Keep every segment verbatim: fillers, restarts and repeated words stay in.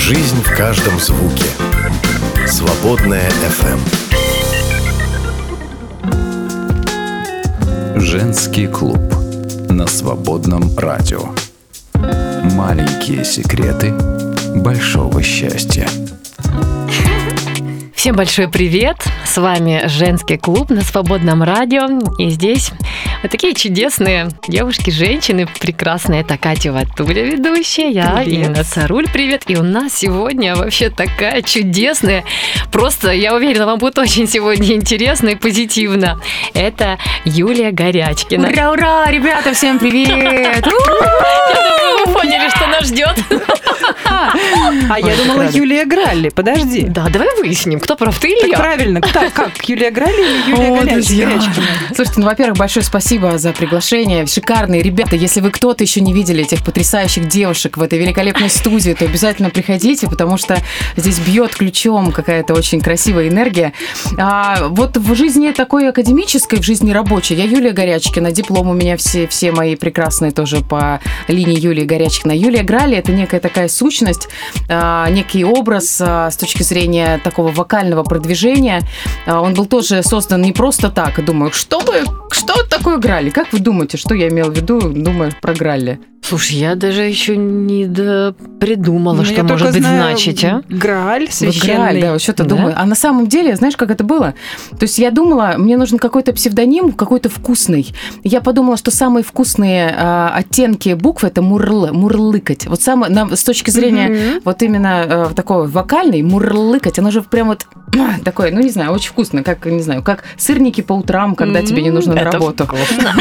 Жизнь в каждом звуке. Свободная эф эм. Женский клуб на Свободном радио. Маленькие секреты большого счастья. Всем большой привет! С вами Женский клуб на Свободном радио. И здесь вот такие чудесные девушки-женщины, прекрасные. Это Катя Ватуля, ведущая, я, привет. Инна Царуль, привет. И у нас сегодня вообще такая чудесная, просто, я уверена, вам будет очень сегодня интересно и позитивно. Это Юлия Горячкина. Ура, ура, ребята, всем привет! Вы поняли, что нас ждет? А я думала, Юлия Гралли, подожди. Да, давай выясним, кто прав, ты или я? Правильно, кто, как, Юлия Гралли или Юлия О, друзья. Горячкина? Слушайте, ну, во-первых, большое спасибо за приглашение. Шикарные ребята. Если вы кто-то еще не видели этих потрясающих девушек в этой великолепной студии, то обязательно приходите, потому что здесь бьет ключом какая-то очень красивая энергия. А вот в жизни такой академической, в жизни рабочей, я Юлия Горячкина, диплом у меня все, все мои прекрасные тоже по линии Юлии Горячкина. Юлия Гралли – это некая такая сущность, а, некий образ а, с точки зрения такого вокального продвижения. А, он был тоже создан не просто так. Думаю, что вы, что такое Гралли? Как вы думаете, что я имела в виду, думаю, про Гралли? Слушай, я даже еще не до- придумала, Ну, что я может только быть знаю значить, а? Грааль Вот священный. Грааль, да, вот что-то Да? думаю. А на самом деле, знаешь, как это было? То есть я думала, мне нужен какой-то псевдоним, какой-то вкусный. Я подумала, что самые вкусные а, оттенки букв – это мурл, мурлыкать. Вот самое, на- с точки зрения Мгм. вот именно а, такой вокальной, мурлыкать, оно же прям вот а, такое, ну не знаю, очень вкусно, как, не знаю, как сырники по утрам, когда М, тебе не нужно на это работу. вкусно.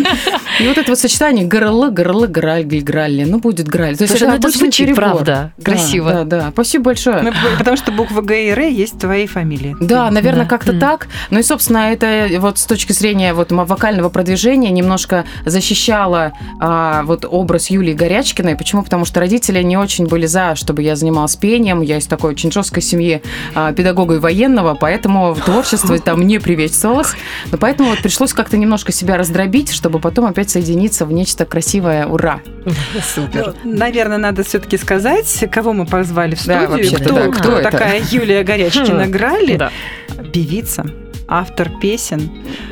И вот это вот сочетание грл, грл, граль, гралли, ну будет граль. То есть Слушай, ну это обычный звучит, перебор. правда, Да, красиво. Да, да, спасибо большое. Ну, потому что буква Г и Р есть в твоей фамилии. Да, наверное, Да. как-то М. так. Ну и, собственно, это вот с точки зрения вот мо- вокального продвижения немножко защищало а, вот образ Юлии Горячкиной. Почему? Потому что родители не очень были за, чтобы я занималась пением. Я из такой очень жесткой семьи а, педагога и военного, поэтому творчество там не приветствовалось. Но поэтому вот пришлось как-то немножко себя раздробить, чтобы потом опять соединиться в нечто красивое. Ура! Супер. Ну, наверное, надо все-таки сказать, кого мы позвали в Да, студию. вообще-то, кто, да, кто кто это? такая Юлия Горячкина Гралли? Да. Певица, автор песен,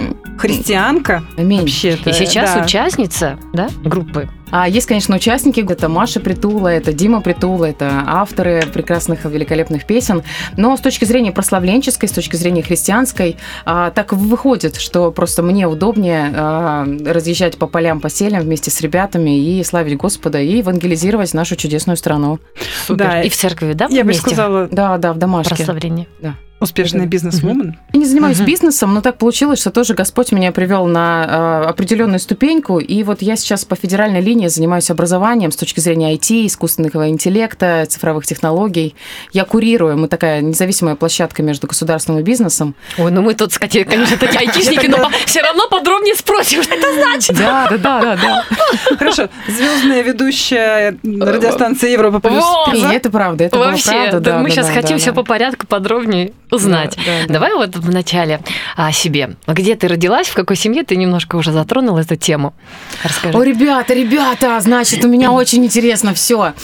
христианка. Аминь. Вообще-то, И сейчас да. участница, да, группы. А есть, конечно, участники. Это Маша Притула, это Дима Притула, это авторы прекрасных, великолепных песен. Но с точки зрения прославленческой, с точки зрения христианской, а, так выходит, что просто мне удобнее а, разъезжать по полям, по селям вместе с ребятами и славить Господа, и евангелизировать нашу чудесную страну. Супер. Да. И в церкви, да, Я бы вместе? сказала, Да, да, в домашке. Прославление. успешная бизнес-вумен. Я не занимаюсь Мгм. бизнесом, но так получилось, что тоже Господь меня привел на э, определенную ступеньку. И вот я сейчас по федеральной линии занимаюсь образованием с точки зрения ай ти, искусственного интеллекта, цифровых технологий. Я курирую, мы такая независимая площадка между государством и бизнесом. Ой, ну мы тут, кстати, конечно, такие айтишники, но все равно подробнее спросим, что это значит. Да, да, да, да, да. Хорошо. Звездная ведущая радиостанции Европа плюс. Вот. И это правда, это было Вообще, правда. да, да, мы да, сейчас да, хотим да, все да. по порядку подробнее узнать. Да, да, да. Давай вот вначале о себе. Где ты родилась, в какой семье? Ты немножко уже затронула эту тему. Расскажи. О, ребята, ребята, значит, у меня очень интересно все.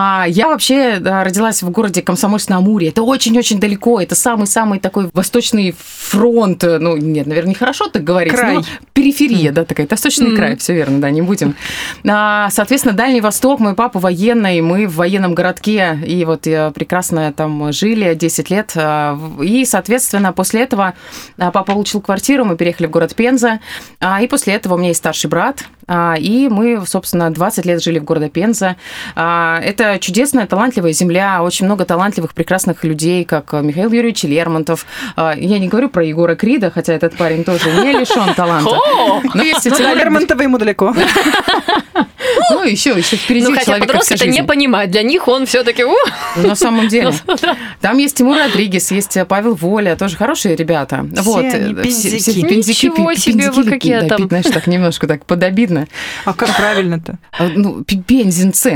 Я вообще да, родилась в городе Комсомольск-на-Амуре. Это очень-очень далеко. Это самый-самый такой восточный фронт. Ну, нет, наверное, нехорошо так говорить. Край. но периферия, да, такая. Восточный Мгм. край, все верно, да, не будем. А, Соответственно, Дальний Восток, мой папа военный, мы в военном городке, и вот я прекрасно там жили десять лет. А, в- И, соответственно, после этого а, папа получил квартиру, мы переехали в город Пенза, а, и после этого у меня есть старший брат, а, и мы, собственно, двадцать лет жили в городе Пенза. А, Это чудесная, талантливая земля, очень много талантливых, прекрасных людей, как Михаил Юрьевич Лермонтов. А, Я не говорю про Егора Крида, хотя этот парень тоже не лишен таланта. О! Но есть Ну, эти до таланты- Лермонтова ему далеко. Ну, еще, еще впереди Ну, хотя человека подростки вся это не жизнь. понимают. Для них он все-таки... На самом деле. Там есть Тимур Родригес, есть Павел Воля, тоже хорошие ребята. Все вот. они э, пензяки. пензяки, Ничего пи- себе, вы пензяки, какие да, там. знаешь, так немножко так подобидно. А как правильно-то? А, Ну, пи- пензенцы.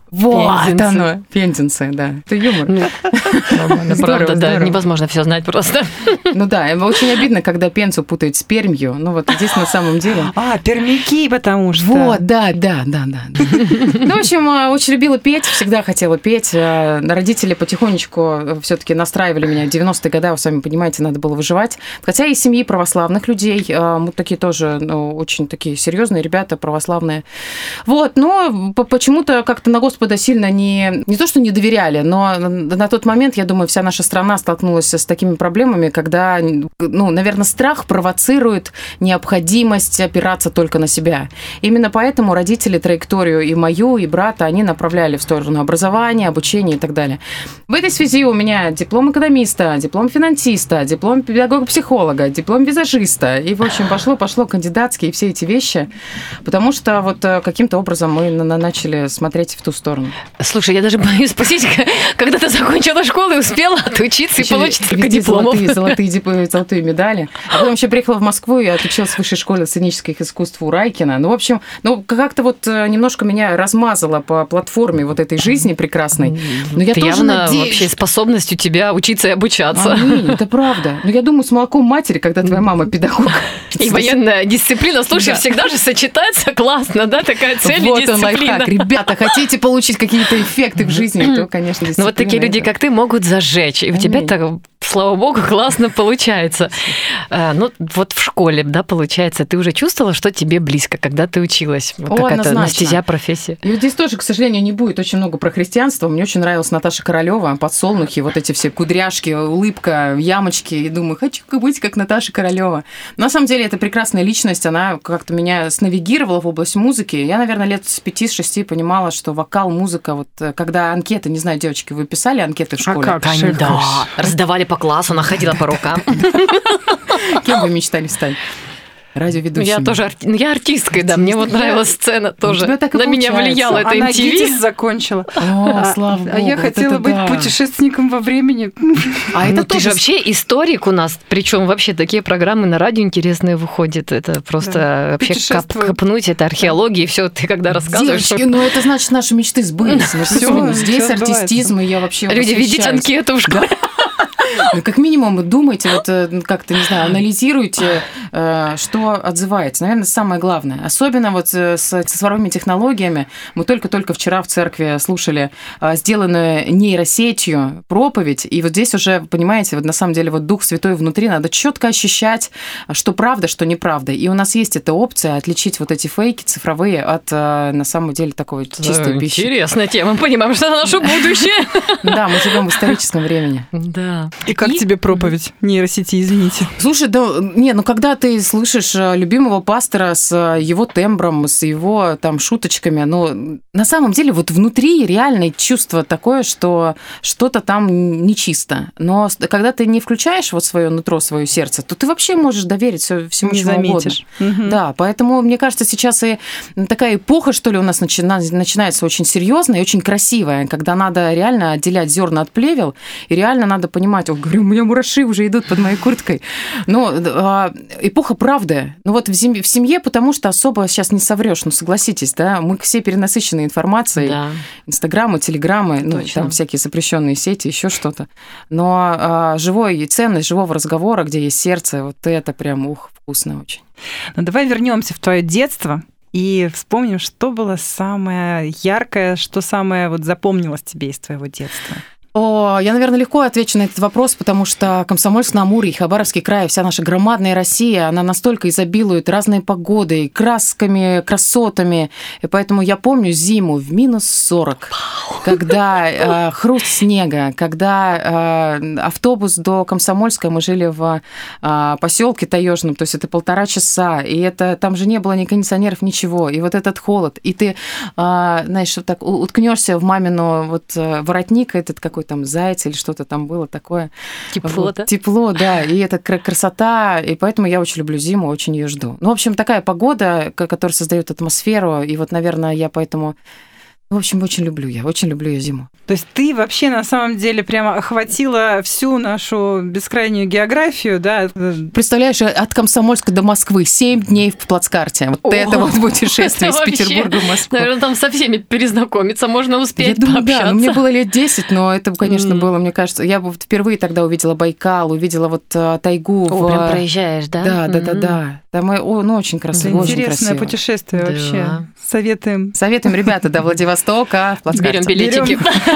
Вот Пензенцы. оно, пензенцы, да. Это юмор. Ну, нормально, Здорово, правда, да, здорово. невозможно все знать просто. Ну да, очень обидно, когда пензу путают с пермью. Ну вот здесь на самом деле... А, пермяки, потому что... Вот, да, да, да, да. Ну, в общем, очень любила петь, всегда хотела петь. Родители потихонечку все-таки настраивали меня. В девяностые годы, вы сами понимаете, надо было выживать. Хотя из семьи православных людей, мы такие тоже, ну, очень такие серьезные ребята, православные. Вот, но почему-то как-то на Господа сильно не, не то, что не доверяли, но на тот момент, я думаю, вся наша страна столкнулась с такими проблемами, когда, ну, наверное, страх провоцирует необходимость опираться только на себя. Именно поэтому родители траекторию и мою, и брата, они направляли в сторону образования, обучения и так далее. В этой связи у меня диплом экономиста, диплом финансиста, диплом педагога-психолога, диплом визажиста. И, в общем, пошло-пошло кандидатские и все эти вещи, потому что вот каким-то образом мы начали смотреть в ту сторону. Слушай, я даже боюсь спросить, когда ты закончила школу и успела отучиться и получить только дипломов. Золотые, золотые, золотые медали. А потом еще приехала в Москву и отучилась в высшей школе сценических искусств у Райкина. Ну, в общем, ну, как-то вот немножко меня размазало по платформе вот этой жизни прекрасной. Но я Ты тоже явно надеюсь... вообще способность у тебя учиться и обучаться. Аминь, это правда. Но я думаю, с молоком матери, когда твоя мама педагог. И военная дисциплина, слушай, Да. всегда же сочетается классно, да, такая цель Вот и он дисциплина. лайфхак. Ребята, хотите получить какие-то эффекты в жизни, то, конечно, Ну вот такие дисциплина люди, это- как ты, могут зажечь. И у тебя Аминь. так, слава богу, классно получается. А, Ну вот в школе, да, получается, ты уже чувствовала, что тебе близко, когда ты училась? Вот О, такая однозначно. анестезия профессия. И вот здесь тоже, к сожалению, не будет очень много про христианство. Мне очень нравилась Наташа Королева, подсолнухи, вот эти все кудряшки, улыбка, ямочки. И думаю, хочу быть как Наташа Королева. На самом деле, это прекрасная личность. Она как-то меня снавигировала в область музыки. Я, наверное, лет с пяти-шести понимала, что вокал, музыка, вот когда анкеты, не знаю, девочки, вы писали анкеты в школе? как? Конечно, Шикарно. да. Раздавали по классу, она ходила по рукам. Кем вы мечтали стать? Радиоведущим. Я тоже арти- ну, я артисткой, да, мне вот Артистка. нравилась сцена тоже. тебя так и На меня получается. влияло это Она эм ти ви. ГИТИС закончила. О, А- слава богу. А я вот хотела это быть да. путешественником во времени. А Ну, это ты тоже же вообще историк у нас, причем вообще такие программы на радио интересные выходят. Это просто Да, вообще кап- путешествуют. копнуть, это археология, и все. Ты когда рассказываешь, Девочки, ну это значит, наши мечты сбылись. Вот Всё, особенно здесь всё артистизм, и я вообще люди, ведите восхищаюсь. анкету в школе. Ну, как минимум, думайте, вот э, как-то, не знаю, анализируйте, э, что отзывается. Наверное, самое главное. Особенно вот э, с со цифровыми технологиями. Мы только-только вчера в церкви слушали э, сделанную нейросетью проповедь, и вот здесь уже, понимаете, вот на самом деле вот Дух Святой внутри, надо четко ощущать, что правда, что неправда. И у нас есть эта опция отличить вот эти фейки цифровые от, э, на самом деле, такой чистой пищи. Интересная тема. Мы понимаем, что это наше будущее. Да, мы живем в историческом времени. Да. И как тебе проповедь нейросети, извините? Слушай, да, не, ну когда ты слышишь э, любимого пастора с э, его тембром, с его там шуточками, ну, на самом деле вот внутри реальное чувство такое, что что-то там нечисто. Но с- когда ты не включаешь вот свое нутро, свое сердце, то ты вообще можешь доверить всё- всему, Не чему заметишь. угодно. Мгм. Да, поэтому, мне кажется, сейчас и такая эпоха, что ли, у нас начина- начинается очень серьезная и очень красивая, когда надо реально отделять зерна от плевел, и реально надо понимать, о, говорю, у меня мураши уже идут под моей курткой. Но а, эпоха правды. Ну вот в семье, в семье, потому что особо сейчас не соврешь, ну согласитесь, да, мы все перенасыщены информацией, Да. инстаграмы, телеграммы, ну Точно. там всякие запрещенные сети, еще что-то. Но а, живой и ценность живого разговора, где есть сердце, вот это прям, ух, вкусно очень. Ну, давай вернемся в твое детство и вспомним, что было самое яркое, что самое вот запомнилось тебе из твоего детства. О, я, наверное, легко отвечу на этот вопрос, потому что Комсомольск-на-Амуре и Хабаровский край, вся наша громадная Россия, она настолько изобилует разной погодой, красками, красотами. И поэтому я помню зиму в минус сорок, когда э, хруст снега, когда э, автобус до Комсомольска, мы жили в э, поселке Таежном, то есть это полтора часа, и это там же не было ни кондиционеров, ничего, и вот этот холод, и ты, э, знаешь, вот так у- уткнешься в мамину вот э, воротник, этот какой там заяц или что-то там было такое. Тепло, Вот, да? Тепло, да, и это кра- красота, и поэтому я очень люблю зиму, очень ее жду. Ну, в общем, такая погода, ко- которая создает атмосферу, и вот, наверное, я поэтому В общем, очень люблю я, очень люблю я зиму. То есть ты вообще на самом деле прямо охватила всю нашу бескрайнюю географию, да? Представляешь, от Комсомольска до Москвы семь дней в плацкарте. Вот О, это вот путешествие из вообще, Петербурга в Москву. Наверное, там со всеми перезнакомиться можно успеть, Я думаю, пообщаться. да, ну, мне было лет десять, но это, конечно, М. было, мне кажется, я вот впервые тогда увидела Байкал, увидела вот а, тайгу. О, в... прям проезжаешь, да? Да, да, да, М. да. Там, о, ну, очень красиво, Это очень интересное красиво. путешествие Да. вообще. Советуем. Советуем, ребята, до Владивостока в плацкарте. Берем билетики.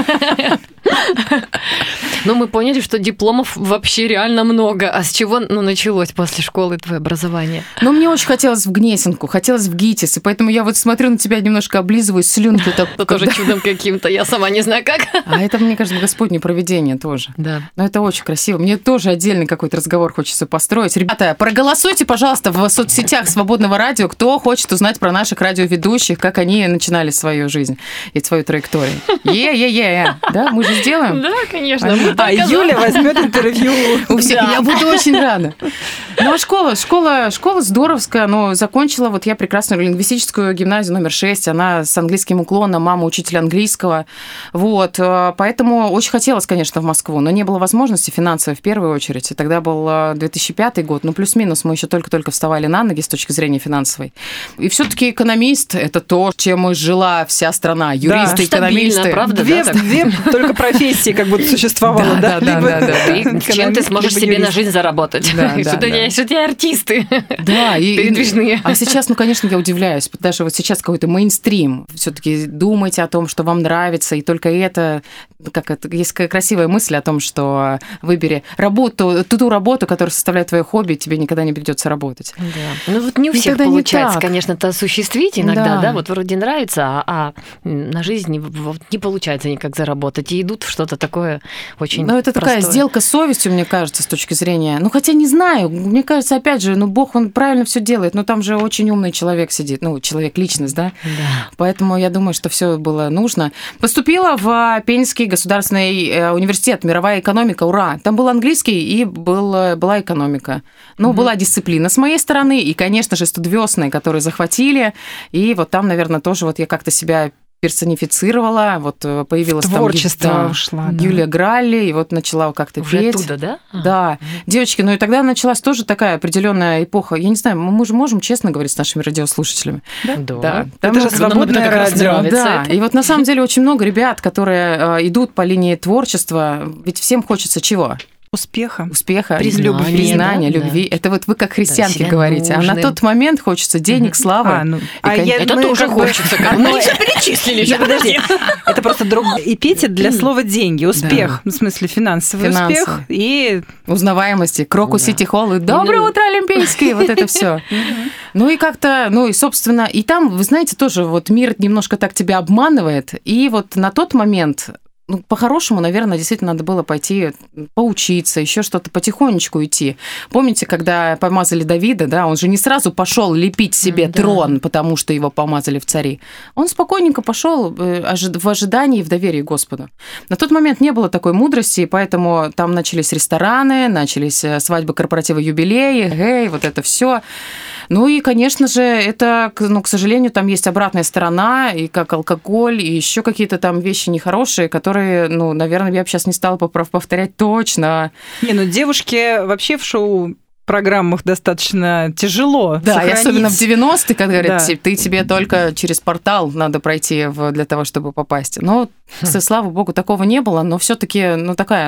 Ну, мы поняли, что дипломов вообще реально много. А с чего ну, началось после школы твое образование? Ну, мне очень хотелось в Гнесинку, хотелось в ГИТИС, и поэтому я вот смотрю на тебя, немножко облизываюсь, слюнки так. Это тоже чудом каким-то, я сама не знаю как. А это, мне кажется, Господне провидение тоже. Да. Но это очень красиво. Мне тоже отдельный какой-то разговор хочется построить. Ребята, проголосуйте, пожалуйста, в соцсетях Свободного радио, кто хочет узнать про наших радиоведущих, как они начинали свою жизнь и свою траекторию. Е-е-е. Да, мы же сделаем. Да, конечно. А, мы А только за. Юля возьмет интервью. У всех. Да. Я буду очень рада. Ну, а школа, школа, школа здоровская, но закончила вот я прекрасную лингвистическую гимназию номер шесть, она с английским уклоном, мама учитель английского, вот, поэтому очень хотелось, конечно, в Москву, но не было возможности финансовой в первую очередь, и тогда был две тысячи пятый год, ну, плюс-минус, мы еще только-только вставали на ноги с точки зрения финансовой, и все-таки экономист – это то, чем жила вся страна, юристы, стабильно, экономисты. правда? Две, да, так? две только профессии как будто существовало, Да, да? да, Либо да, да, да. И чем ты экономист, сможешь либо себе на юрист. жизнь заработать? Да, да, Что да. ты что те артисты Да, и, передвижные. А сейчас, ну, конечно, я удивляюсь. Даже вот сейчас какой-то мейнстрим. Все-таки думайте о том, что вам нравится, и только это, как это, есть красивая мысль о том, что выбери работу, ту, ту работу, которая составляет твое хобби, тебе никогда не придется работать. Да. Ну вот не у И всех тогда не получается, так. конечно, это осуществить иногда, Да. да, вот вроде нравится, а, а на жизнь не, вот не получается никак заработать, и идут в что-то такое очень Ну, это такая простое. сделка с совестью, мне кажется, с точки зрения. Ну, хотя не знаю, мне кажется, опять же, ну, Бог, он правильно все делает, но там же очень умный человек сидит, ну, человек-личность, да? Да. Поэтому я думаю, что все было нужно. Поступила в Пензенский государственный э, университет «Мировая экономика», ура! Там был английский и был, была экономика. Ну, Мгм. была дисциплина с моей стороны, и, конечно же, студвёстные, которые захватили, и вот там, наверное, тоже вот я как-то себя персонифицировала, вот э, появилась там Творчество да, ушла. да. Юлия Гралли, и вот начала как-то Уже петь. оттуда, да? А. Да, девочки, ну и тогда началась тоже такая определенная эпоха. Я не знаю, мы же можем честно говорить с нашими радиослушателями. Да. Да. Это Там же вот- свободное нам это как раз радио. нравится. да, это. и вот на самом деле очень много ребят, которые э, идут по линии творчества, ведь всем хочется чего? Успеха. Успеха, Признания, любви, признания, да, любви. Это вот вы как христианки себя говорите. А на нужным. тот момент хочется денег, славы. А, ну, И, а я- Это мы тоже как бы- хочется. как бы. одно- Мы все перечислили. Нет, щас, подожди. Это просто друг эпитет для слова деньги, успех, в смысле финансовый Финансовый. успех и Узнаваемости, Крокус Да. Сити Холл, и доброе Ну. утро, Олимпийский, вот это все. Ну и как-то, ну и, собственно, и там, вы знаете, тоже вот мир немножко так тебя обманывает, и вот на тот момент, ну, по-хорошему, наверное, действительно надо было пойти поучиться, еще что-то потихонечку идти. Помните, когда помазали Давида, да, он же не сразу пошел лепить себе Да. трон, потому что его помазали в цари. Он спокойненько пошел в ожидании и в доверии Господу. На тот момент не было такой мудрости, и поэтому там начались рестораны, начались свадьбы, корпоративы, юбилеи, эй, вот это все. Ну и, конечно же, это, ну, к сожалению, там есть обратная сторона, и как алкоголь, и еще какие-то там вещи нехорошие, которые, ну, наверное, я бы сейчас не стала поправ- повторять точно. Не, ну девушке вообще в шоу программах достаточно тяжело Да, и сохранить. особенно в девяностые, когда говорят, Да. «Ти- ты тебе только через портал надо пройти в- для того, чтобы попасть. Но, Хм. кстати, слава богу, такого не было, но все-таки, ну, такая,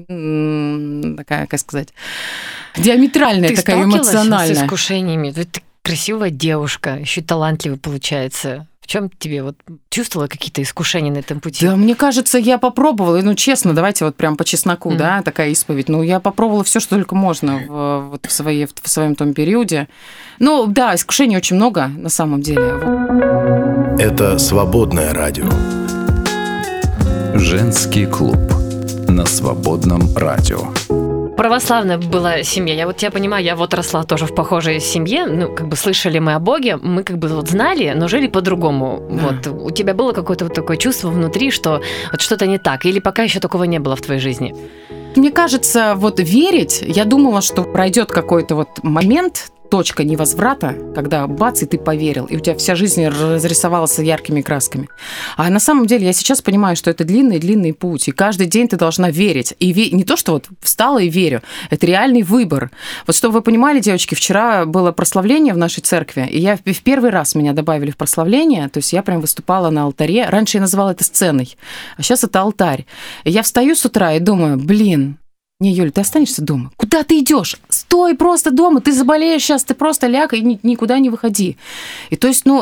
м, такая, как сказать, диаметральная, Ты такая сталкивалась эмоциональная. с искушениями? Ведь ты красивая девушка, еще и талантливая получается. В чем тебе вот чувствовала какие-то искушения на этом пути? Да, мне кажется, я попробовала, ну, честно, давайте вот прям по чесноку, Мгм. да, такая исповедь. Ну, я попробовала все, что только можно в, вот в, своей, в своем том периоде. Ну, да, искушений очень много на самом деле. Это «Свободное радио». Женский клуб на Свободном радио. Православная была семья. Я вот тебя понимаю, я вот росла тоже в похожей семье. Ну, как бы слышали мы о Боге, мы как бы вот знали, но жили по-другому. Да. Вот у тебя было какое-то вот такое чувство внутри, что вот что-то не так, или пока еще такого не было в твоей жизни? Мне кажется, вот верить, я думала, что пройдет какой-то вот момент точка невозврата, когда бац, и ты поверил, и у тебя вся жизнь разрисовалась яркими красками. А на самом деле я сейчас понимаю, что это длинный-длинный путь, и каждый день ты должна верить. И ве... не то, что вот встала и верю, это реальный выбор. Вот чтобы вы понимали, девочки, вчера было прославление в нашей церкви, и я в первый раз меня добавили в прославление, то есть я прям выступала на алтаре. Раньше я называла это сценой, а сейчас это алтарь. И я встаю с утра и думаю, блин, не, Юля, ты останешься дома. Куда ты идешь? Стой просто дома, ты заболеешь сейчас, ты просто ляг и никуда не выходи. И то есть, ну,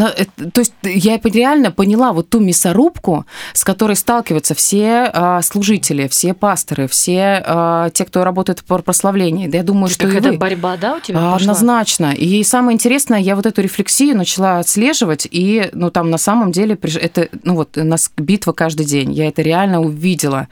то есть я реально поняла вот ту мясорубку, с которой сталкиваются все а, служители, все пасторы, все а, те, кто работает в прославлении. Да я думаю, что так и это вы. борьба, да, у тебя а, пошла? Однозначно. И самое интересное, я вот эту рефлексию начала отслеживать, и, ну, там на самом деле это, ну, вот, у нас битва каждый день. Я это реально увидела.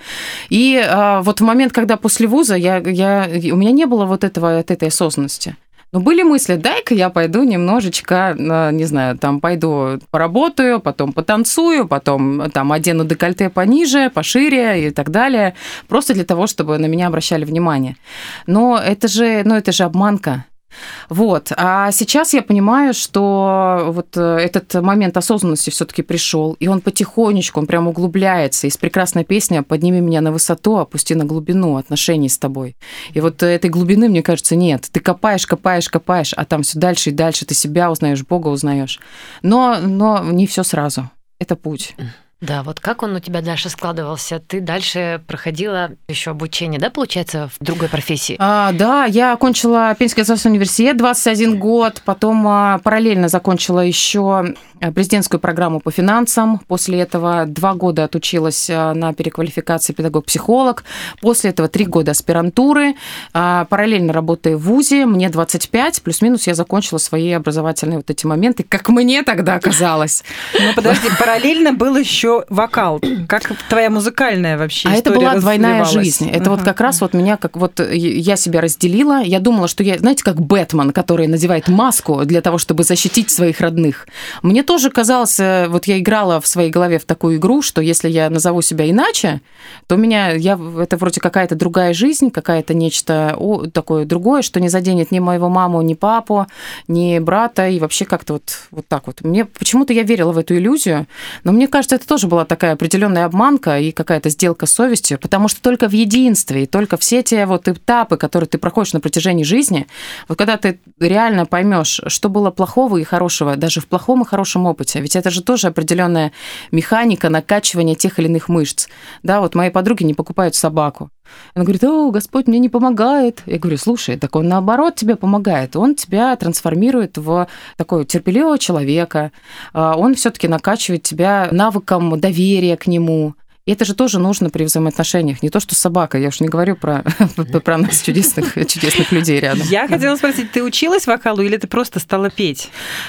И а, вот в момент, когда после вуза я, я, у меня не было вот этого, от этой осознанности. Но были мысли, дай-ка я пойду немножечко, не знаю, там пойду поработаю, потом потанцую, потом там одену декольте пониже, пошире и так далее, просто для того, чтобы на меня обращали внимание. Но это же, ну, это же обманка. Вот. А сейчас я понимаю, что вот этот момент осознанности все-таки пришел, и он потихонечку, он прям углубляется. Есть прекрасная песня «Подними меня на высоту, опусти на глубину отношений с тобой». И вот этой глубины, мне кажется, нет. Ты копаешь, копаешь, копаешь, а там все дальше и дальше ты себя узнаешь, Бога узнаешь. Но, но не все сразу. Это путь. Да, вот как он у тебя дальше складывался? Ты дальше проходила еще обучение, да, получается, в другой профессии? А, да, я окончила Пензенский государственный университет двадцать один год, потом а, параллельно закончила еще президентскую программу по финансам. После этого два года отучилась на переквалификации педагог-психолог. После этого три года аспирантуры. А, параллельно работаю в вузе. Мне двадцать пять, плюс-минус я закончила свои образовательные вот эти моменты, как мне тогда казалось. Ну, подожди, параллельно был еще вокал. Как твоя музыкальная вообще а история это была двойная жизнь. Это uh-huh. вот как раз вот меня, как вот я себя разделила. Я думала, что я, знаете, как Бэтмен, который надевает маску для того, чтобы защитить своих родных. Мне тоже казалось, вот я играла в своей голове в такую игру, что если я назову себя иначе, то у меня, я, это вроде какая-то другая жизнь, какая-то нечто о, такое другое, что не заденет ни моего маму, ни папу, ни брата, и вообще как-то вот, вот так вот. Мне почему-то я верила в эту иллюзию, но мне кажется, это тоже была такая определенная обманка и какая-то сделка с совестью, потому что только в единстве и только все те вот этапы, которые ты проходишь на протяжении жизни, вот когда ты реально поймешь, что было плохого и хорошего, даже в плохом и хорошем опыте, ведь это же тоже определенная механика накачивания тех или иных мышц. Да, вот мои подруги не покупают собаку. Она говорит, о, Господь мне не помогает. Я говорю, слушай, так он наоборот тебе помогает. Он тебя трансформирует в такого терпеливого человека. Он все-таки накачивает тебя навыком доверия к нему. И это же тоже нужно при взаимоотношениях. Не то, что собака. Я уж не говорю про, про нас, чудесных, чудесных людей рядом. Я хотела спросить, ты училась вокалу или ты просто стала петь?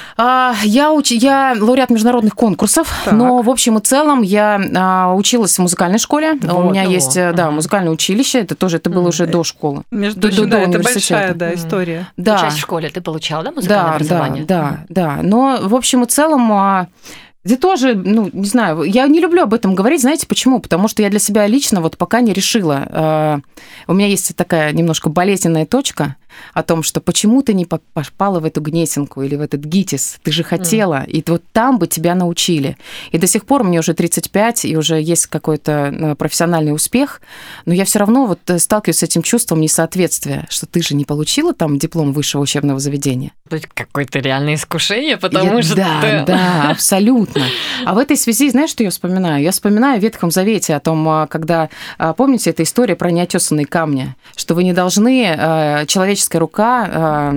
Я, уч... я лауреат международных конкурсов, так. но в общем и целом я училась в музыкальной школе. Вот, У меня о, есть о. Да, музыкальное училище. Это тоже это было уже до школы. Между до, прочим, до, да, до это большая да, история. Да. Часть в школе ты получала, да, музыкальное да, образование? Да, да, да. Но в общем и целом... Где тоже, ну, не знаю, я не люблю об этом говорить, знаете почему? Потому что я для себя лично вот пока не решила. У меня есть такая немножко болезненная точка о том, что почему ты не попала в эту гнесинку или в этот ГИТИС, ты же хотела, mm. и вот там бы тебя научили. И до сих пор мне уже тридцать пять, и уже есть какой-то профессиональный успех, но я все равно вот сталкиваюсь с этим чувством несоответствия, что ты же не получила там диплом высшего учебного заведения. То есть какое-то реальное искушение, потому я, что... Да, ты... да, абсолютно. А в этой связи, знаешь, что я вспоминаю? Я вспоминаю в Ветхом Завете о том, когда, помните, эта история про неотесанные камни, что вы не должны, человеческая рука,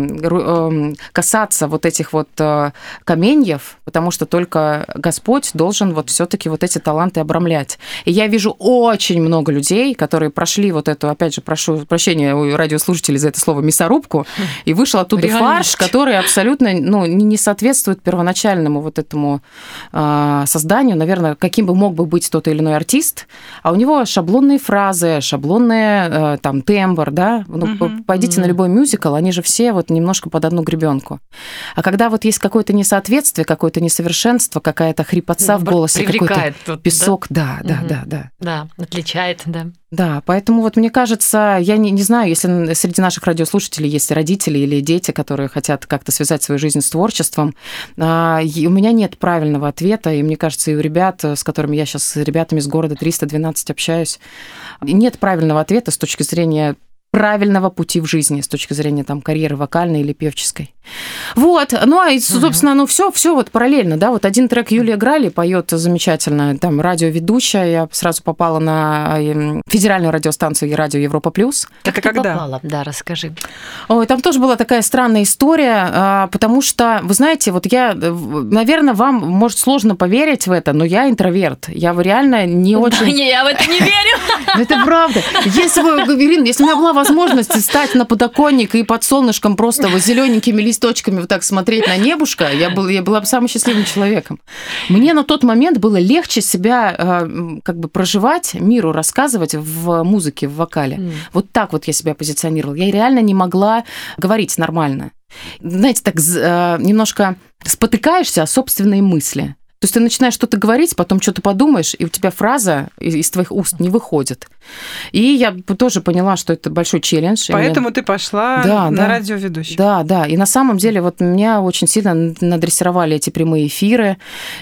касаться вот этих вот каменьев, потому что только Господь должен вот все-таки вот эти таланты обрамлять. И я вижу очень много людей, которые прошли вот эту, опять же, прошу прощения у радиослушателей за это слово, мясорубку, и вышел оттуда фарш, который абсолютно, ну, не соответствует первоначальному вот этому созданию, наверное, каким бы мог бы быть тот или иной артист, а у него шаблонные фразы, шаблонные там тембр, да, ну, uh-huh. пойдите uh-huh. на любой мюзикл, они же все вот немножко под одну гребенку. А когда вот есть какое-то несоответствие, какое-то несовершенство, какая-то хрипотца в голосе, какой-то тут, песок, да, да, Мгм. да, да. Да, отличает, да. Да, поэтому вот мне кажется, я не, не знаю, если среди наших радиослушателей есть родители или дети, которые хотят как-то связать свою жизнь с творчеством, а, и у меня нет правильного ответа, и мне кажется, и у ребят, с которыми я сейчас с ребятами из города триста двенадцать общаюсь, нет правильного ответа с точки зрения правильного пути в жизни, с точки зрения там карьеры вокальной или певческой. Вот, ну а, и, собственно, ну все, все вот параллельно, да, вот один трек Юлия Грали поет замечательно, там радиоведущая, я сразу попала на э, федеральную радиостанцию Радио Европа Плюс. Как Это ты когда? попала? Да, расскажи. Ой, там тоже была такая странная история, а, потому что, вы знаете, вот я, наверное, вам, может, сложно поверить в это, но я интроверт, я реально не очень... Не, я в это не верю. Это правда. Если бы, Ирина, если у меня была возможность стать на подоконник и под солнышком просто вот зелененькими листочками вот так смотреть на небушка, я, был, я была бы самым счастливым человеком. Мне на тот момент было легче себя э, как бы проживать, миру рассказывать в музыке, в вокале. Mm. Вот так вот я себя позиционировала. Я реально не могла говорить нормально. Знаете, так э, немножко спотыкаешься о собственные мысли. То есть ты начинаешь что-то говорить, потом что-то подумаешь, и у тебя фраза из твоих уст не выходит. И я тоже поняла, что это большой челлендж. Поэтому мне... ты пошла да, на да. радиоведущую. Да, да. И на самом деле вот меня очень сильно надрессировали эти прямые эфиры.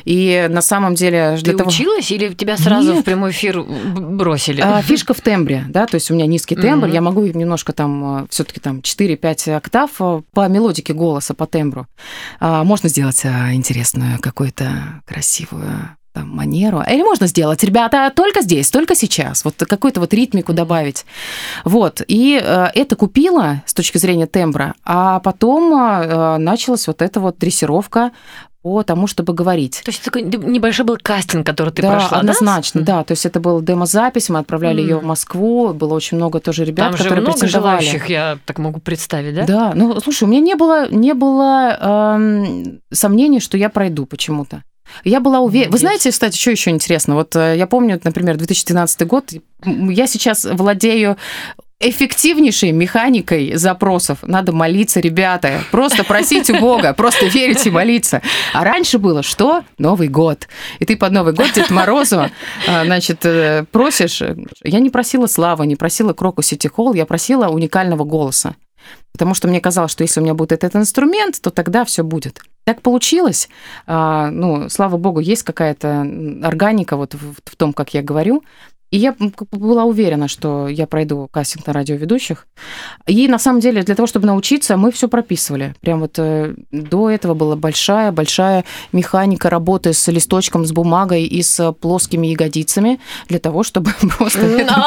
И на самом деле... Ты для того... училась или тебя сразу Нет. в прямой эфир бросили? А, фишка в тембре, да, то есть у меня низкий тембр, Мгм. я могу немножко там, все-таки там четыре-пять октав по мелодике голоса, по тембру. А, можно сделать а, интересную какую-то красивую там, манеру. Или можно сделать, ребята, только здесь, только сейчас. Вот какую-то вот ритмику добавить. Вот. И э, это купила с точки зрения тембра, а потом э, началась вот эта вот дрессировка по тому, чтобы говорить. То есть такой небольшой был кастинг, который ты да, прошла, однозначно, да? да. То есть это была демозапись, мы отправляли Мгм. ее в Москву, было очень много тоже ребят, Там же которые много претендовали. желающих, я так могу представить, да? Да, ну, слушай, у меня не было, не было эм, сомнений, что я пройду почему-то. Я была уверена. Вы Молодец. знаете, кстати, что еще интересно? Вот э, я помню, например, две тысячи двенадцатый год, м, я сейчас владею эффективнейшей механикой запросов. Надо молиться, ребята. Просто просить у Бога, просто верить и молиться. А раньше было что? Новый год. И ты под Новый год Дед Морозу, а, значит, э, просишь... Я не просила славы, не просила Кроку Сити Холл, я просила уникального голоса. Потому что мне казалось, что если у меня будет этот инструмент, то тогда все будет. Так получилось. А, ну, слава богу, есть какая-то органика вот в, в том, как я говорю. И я была уверена, что я пройду кастинг на радиоведущих. И на самом деле для того, чтобы научиться, мы все прописывали. Прям вот э, до этого была большая-большая механика работы с листочком, с бумагой и с плоскими ягодицами для того, чтобы просто...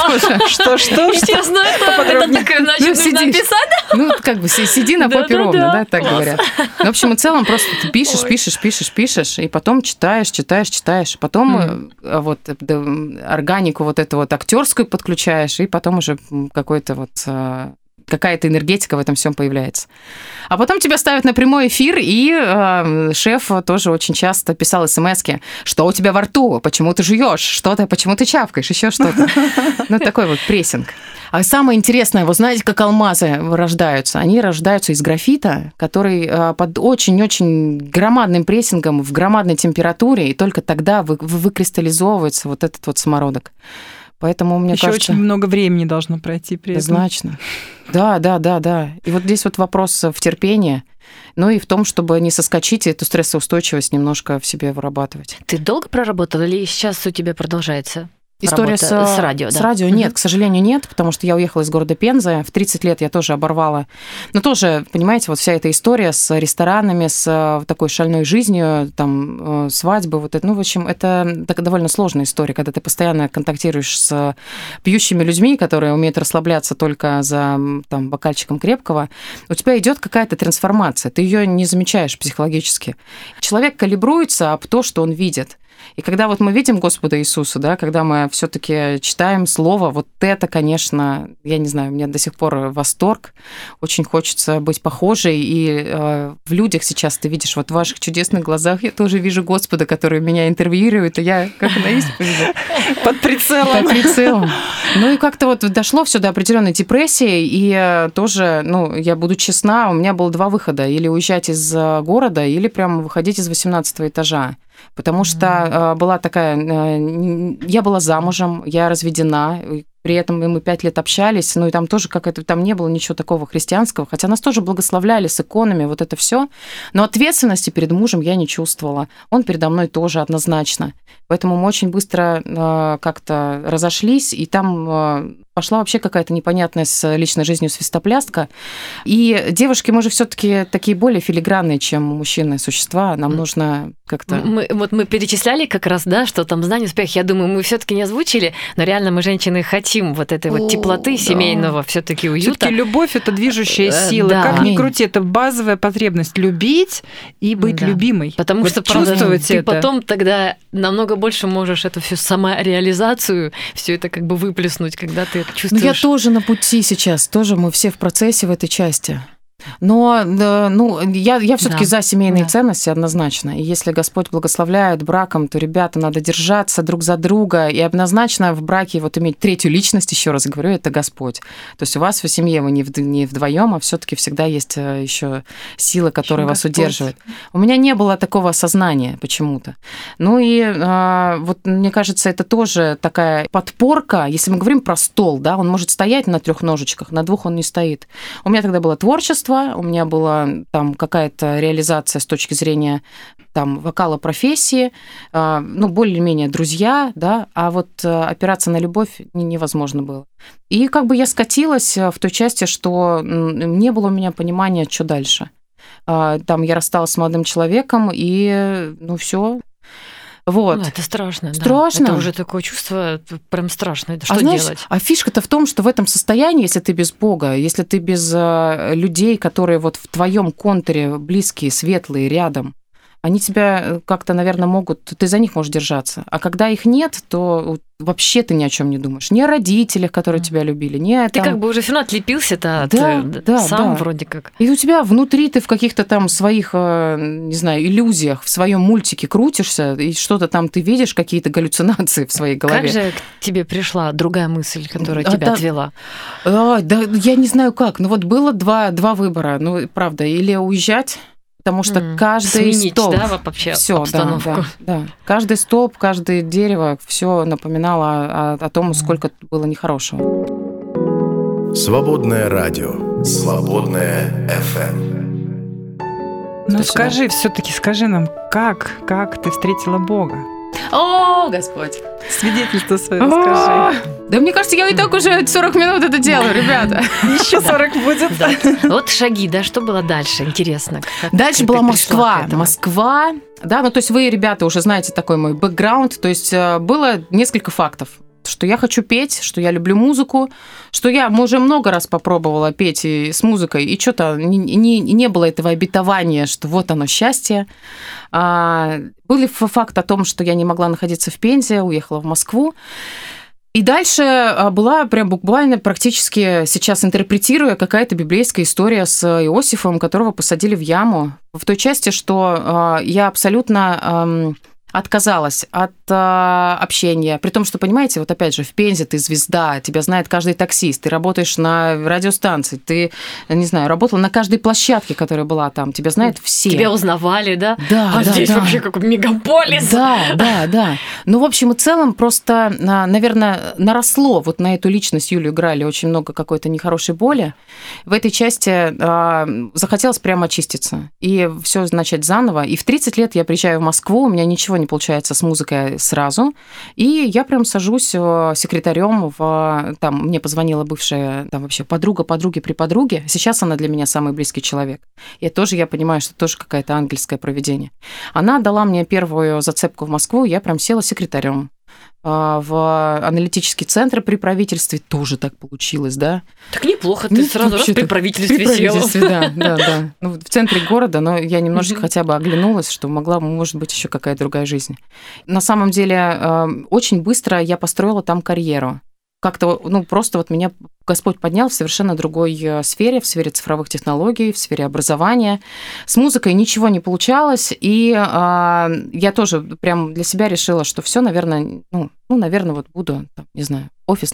Что-что? Честно, это так, значит, нужно писать? Ну, как бы сиди на попе ровно, да, так говорят. В общем и целом просто ты пишешь, пишешь, пишешь, пишешь, и потом читаешь, читаешь, читаешь. Потом вот органику вот эту вот актерскую подключаешь, и потом уже какой-то вот какая-то энергетика в этом всем появляется. А потом тебя ставят на прямой эфир, и э, шеф тоже очень часто писал смски, что у тебя во рту, почему ты жуешь, что-то, почему ты чавкаешь, еще что-то. Ну, такой вот прессинг. А самое интересное, вы знаете, как алмазы рождаются? Они рождаются из графита, который э, под очень-очень громадным прессингом, в громадной температуре, и только тогда вы, выкристаллизовывается вот этот вот самородок. Поэтому, мне Еще кажется... очень много времени должно пройти при этом. Однозначно. Да, да, да, да. И вот здесь вот вопрос в терпении, ну и в том, чтобы не соскочить и эту стрессоустойчивость немножко в себе вырабатывать. Ты долго проработала или сейчас у тебя продолжается? История с, с радио, с да? радио нет, Угу. к сожалению, нет, потому что я уехала из города Пензы. В тридцать лет я тоже оборвала. Но тоже, понимаете, вот вся эта история с ресторанами, с такой шальной жизнью, там, свадьбы, вот это, ну, в общем, это так, довольно сложная история, когда ты постоянно контактируешь с пьющими людьми, которые умеют расслабляться только за там, бокальчиком крепкого. У тебя идет какая-то трансформация, ты ее не замечаешь психологически. Человек калибруется об то, что он видит. И когда вот мы видим Господа Иисуса, да, когда мы все-таки читаем Слово, вот это, конечно, я не знаю, у меня до сих пор восторг. Очень хочется быть похожей. И э, в людях сейчас ты видишь, вот в ваших чудесных глазах я тоже вижу Господа, который меня интервьюирует, и я как на исповеди. Под прицелом. Под прицелом. Ну и как-то вот дошло все до определенной депрессии, и тоже, ну, я буду честна, у меня было два выхода: или уезжать из города, или прямо выходить из восемнадцатого этажа. Потому что mm-hmm. была такая... Я была замужем, я разведена, при этом мы пять лет общались, ну и там тоже как-то, там не было ничего такого христианского, хотя нас тоже благословляли с иконами, вот это все. Но ответственности перед мужем я не чувствовала. Он передо мной тоже однозначно. Поэтому мы очень быстро э, как-то разошлись, и там э, пошла вообще какая-то непонятная с личной жизнью свистоплястка. И девушки, мы же все-таки такие более филигранные, чем мужчины, существа. Нам нужно как-то... Мы, вот мы перечисляли как раз, да, что там знание, успех. Я думаю, мы все-таки не озвучили, но реально мы, женщины, хотим вот этой вот теплоты, О, семейного, да. все-таки уюта. Все-таки любовь — это движущая сила. Да. Как ни крути, это базовая потребность — любить и быть да. любимой. Потому вот что чувствовать ты это. Потом тогда намного больше можешь эту всю самореализацию, все это как бы выплеснуть, когда ты это чувствуешь. Ну, я тоже на пути сейчас, тоже мы все в процессе в этой части. Но ну, я, я все-таки да. за семейные да. ценности однозначно. И если Господь благословляет браком, то, ребята, надо держаться друг за друга. И однозначно в браке вот иметь третью личность, еще раз говорю, это Господь. То есть у вас в семье вы не, в, не вдвоем, а все-таки всегда есть еще сила, которая еще вас Господь. Удерживает. У меня не было такого осознания почему-то. Ну и а, вот мне кажется, это тоже такая подпорка. Если мы говорим про стол, да, он может стоять на трех ножичках, на двух он не стоит. У меня тогда было творчество. У меня была там какая-то реализация с точки зрения там, вокала, профессии, ну, более-менее друзья, да, а вот опираться на любовь невозможно было. И как бы я скатилась в той части, что не было у меня понимания, что дальше. Там я рассталась с молодым человеком, и ну все. Вот. Ну, это страшно, страшно. Да. Это уже такое чувство прям страшное. Что а знаешь, делать? А фишка-то в том, что в этом состоянии, если ты без Бога, если ты без людей, которые вот в твоем контуре близкие, светлые, рядом, они тебя как-то, наверное, могут... Ты за них можешь держаться. А когда их нет, то вообще ты ни о чем не думаешь. Ни о родителях, которые тебя любили, ни о... Ты там... как бы уже все равно отлепился от... Да, да, сам да. вроде как. И у тебя внутри ты в каких-то там своих, не знаю, иллюзиях, в своем мультике крутишься, и что-то там ты видишь, какие-то галлюцинации в своей голове. Как же к тебе пришла другая мысль, которая а, тебя да, отвела? А, да, я не знаю как. Ну вот было два, два выбора. Ну, правда, или уезжать... Потому что mm. каждый Сменить, столб, да, вообще всё, обстановку. Да, да, да. Каждый столб, каждое дерево, все напоминало о, о том, сколько было нехорошего. Свободное радио, свободное эф эм. Ну скажи, все-таки скажи нам, как, как ты встретила Бога? О, Господь! Свидетельство свое скажи. Да мне кажется, я и так уже сорок минут это делаю, ребята. Еще сорок будет. Вот шаги, да, что было дальше? Интересно. Дальше была Москва. Москва, да, ну то есть вы, ребята, уже знаете такой мой бэкграунд, то есть было несколько фактов. Что я хочу петь, что я люблю музыку, что я уже много раз попробовала петь и с музыкой, и что-то не, не, не было этого обетования, что вот оно счастье. А, был факт о том, что я не могла находиться в Пензе, уехала в Москву. И дальше была прям буквально практически, сейчас интерпретируя, какая-то библейская история с Иосифом, которого посадили в яму. В той части, что я абсолютно... отказалась от э, общения. При том, что, понимаете, вот опять же, в Пензе ты звезда, тебя знает каждый таксист, ты работаешь на радиостанции, ты, не знаю, работала на каждой площадке, которая была там, тебя знают все. Тебя узнавали, да? Да, а да, здесь да. вообще как мегаполис. Да, да, да. Ну, в общем и целом, просто, наверное, наросло вот на эту личность Юлию играли очень много какой-то нехорошей боли. В этой части э, захотелось прямо очиститься и все начать заново. И в тридцать лет я приезжаю в Москву, у меня ничего не получается с музыкой сразу. И я прям сажусь секретарем в... Там мне позвонила бывшая там вообще подруга подруги при подруге. Сейчас она для меня самый близкий человек. И тоже я понимаю, что тоже какое-то ангельское провидение. Она дала мне первую зацепку в Москву, я прям села секретарем. В аналитический центр при правительстве тоже так получилось, да? Так неплохо, ты ну, сразу раз при правительстве при села. Правительстве, да, да, да. Ну, в центре города, но я немножечко хотя бы оглянулась, что могла, может быть, еще какая-то другая жизнь. На самом деле, очень быстро я построила там карьеру. Как-то, ну, просто вот меня Господь поднял в совершенно другой сфере, в сфере цифровых технологий, в сфере образования. С музыкой ничего не получалось, и а, я тоже прям для себя решила, что все, наверное, ну, ну, наверное, вот буду, там, не знаю, офисным,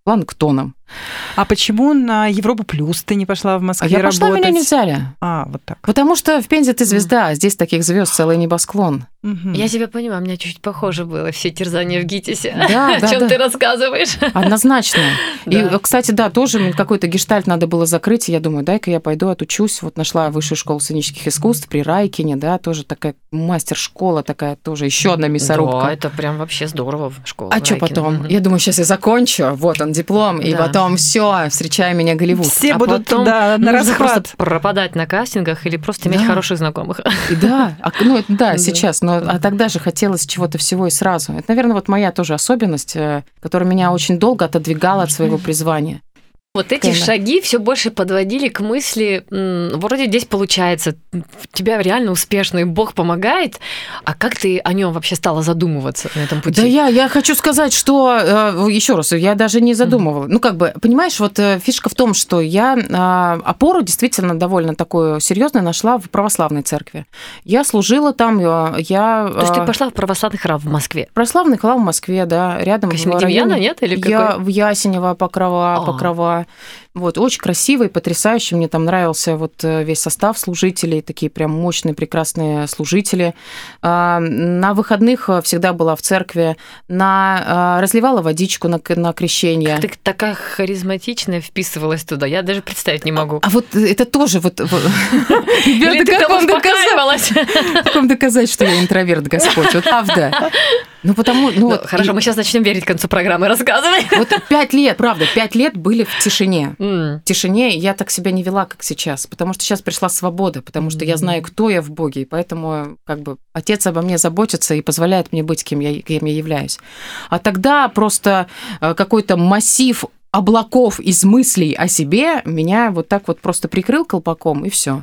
планктоном. А почему на Европу плюс ты не пошла в Москве А я работать? пошла, меня не взяли. А, вот так. Потому что в Пензе ты звезда, а здесь таких звезд целый небосклон. Мгм. Я тебя понимаю, у меня чуть похоже было все терзания в ГИТИСе. Да, О да, чем да. ты рассказываешь? Однозначно. И, Да. кстати, да, тоже мне какой-то гештальт надо было закрыть, и я думаю, дай-ка я пойду отучусь. Вот нашла высшую школу сценических искусств при Райкине, да, тоже такая мастер-школа такая, тоже еще одна мясорубка. Да, это прям вообще здорово в школе. А что потом? Я думаю, сейчас я закончу, вот он диплом, и Да. потом все, встречай меня, Голливуд. Все А будут потом- да, на Нужно расхват. просто пропадать на кастингах или просто иметь Да. хороших знакомых. И да, а, ну это да, Да. сейчас, но а тогда же хотелось чего-то всего и сразу. Это, наверное, вот моя тоже особенность, э, которая меня очень долго отодвигала от своего призвания. Вот эти Конечно. шаги все больше подводили к мысли, м, вроде здесь получается, у тебя реально успешно, и Бог помогает, а как ты о нем вообще стала задумываться на этом пути? Да я, я хочу сказать, что, еще раз, я даже не задумывала. Ну, как бы, понимаешь, вот э, фишка в том, что я э, опору действительно довольно такую серьезную нашла в православной церкви. Я служила там, э, я... То есть ты э, пошла в православный храм в Москве? Православный храм в Москве, да, рядом в Космодемьяна, районе. нет? Или Я какой? в Ясенево, Покрова, А. Покрова. Вот, очень красивый, потрясающий. Мне там нравился вот э, весь состав служителей, такие прям мощные, прекрасные служители. А, На выходных всегда была в церкви, на, а, разливала водичку на, к- на крещение. Ты такая харизматичная вписывалась туда, я даже представить не могу. А вот это тоже вот... вот- Или Ребята, ты как там вам доказать? успокаивалась? Как вам доказать, что я интроверт, Господь? Вот правда. Ну, потому... Ну, Ну, вот, хорошо, и- мы сейчас начнем верить к концу программы, рассказывай. Вот пять лет, правда, пять лет были в тишине. М. В тишине я так себя не вела, как сейчас, потому что сейчас пришла свобода, потому что я знаю, кто я в Боге, и поэтому как бы Отец обо мне заботится и позволяет мне быть, кем я, кем я являюсь. А тогда просто э, какой-то массив облаков из мыслей о себе меня вот так вот просто прикрыл колпаком, и все.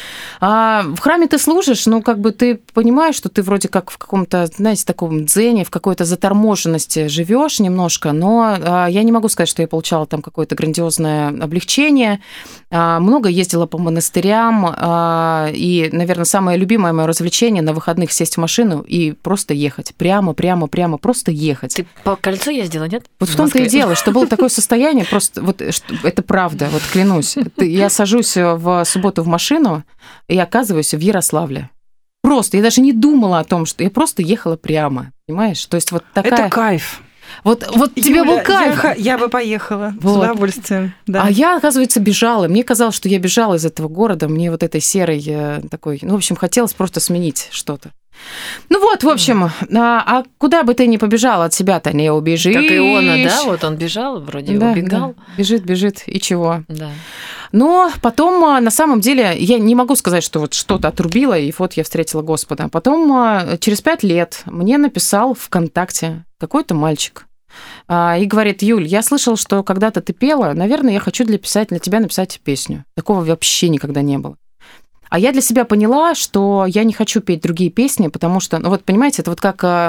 А в храме ты служишь, ну, как бы ты понимаешь, что ты вроде как в каком-то, знаете, таком дзене, в какой-то заторможенности живешь немножко, но а, я не могу сказать, что я получала там какое-то грандиозное облегчение. А, много ездила по монастырям, а, и, наверное, самое любимое мое развлечение на выходных сесть в машину и просто ехать. Прямо, прямо, прямо, просто ехать. Ты по кольцу ездила, нет? Вот в том-то и дело, что было такое состояние, просто вот что- это правда, вот клянусь. Ты- Я сажусь в субботу в машину и оказываюсь в Ярославле. Просто, я даже не думала о том, что я просто ехала прямо, понимаешь? То есть вот такая... Это кайф. Вот, вот тебе Юля, был кайф. Я, ха- я бы поехала с Вот. удовольствием. Да. А я, оказывается, бежала. Мне казалось, что я бежала из этого города. Мне вот этой серой э, такой... Ну, в общем, хотелось просто сменить что-то. Ну вот, в общем, а, а куда бы ты ни побежала, от себя-то не убежишь. Как Иона, да? Вот он бежал, вроде Да, убегал. да. Бежит, бежит, и чего? Да. Но потом, а, на самом деле, я не могу сказать, что вот что-то отрубило, и вот я встретила Господа. Потом, а, через пять лет, мне написал ВКонтакте какой-то мальчик. А, И говорит: Юль, я слышал, что когда-то ты пела, наверное, я хочу для, писать, для тебя написать песню. Такого вообще никогда не было. А я для себя поняла, что я не хочу петь другие песни, потому что, ну вот понимаете, это вот как, а,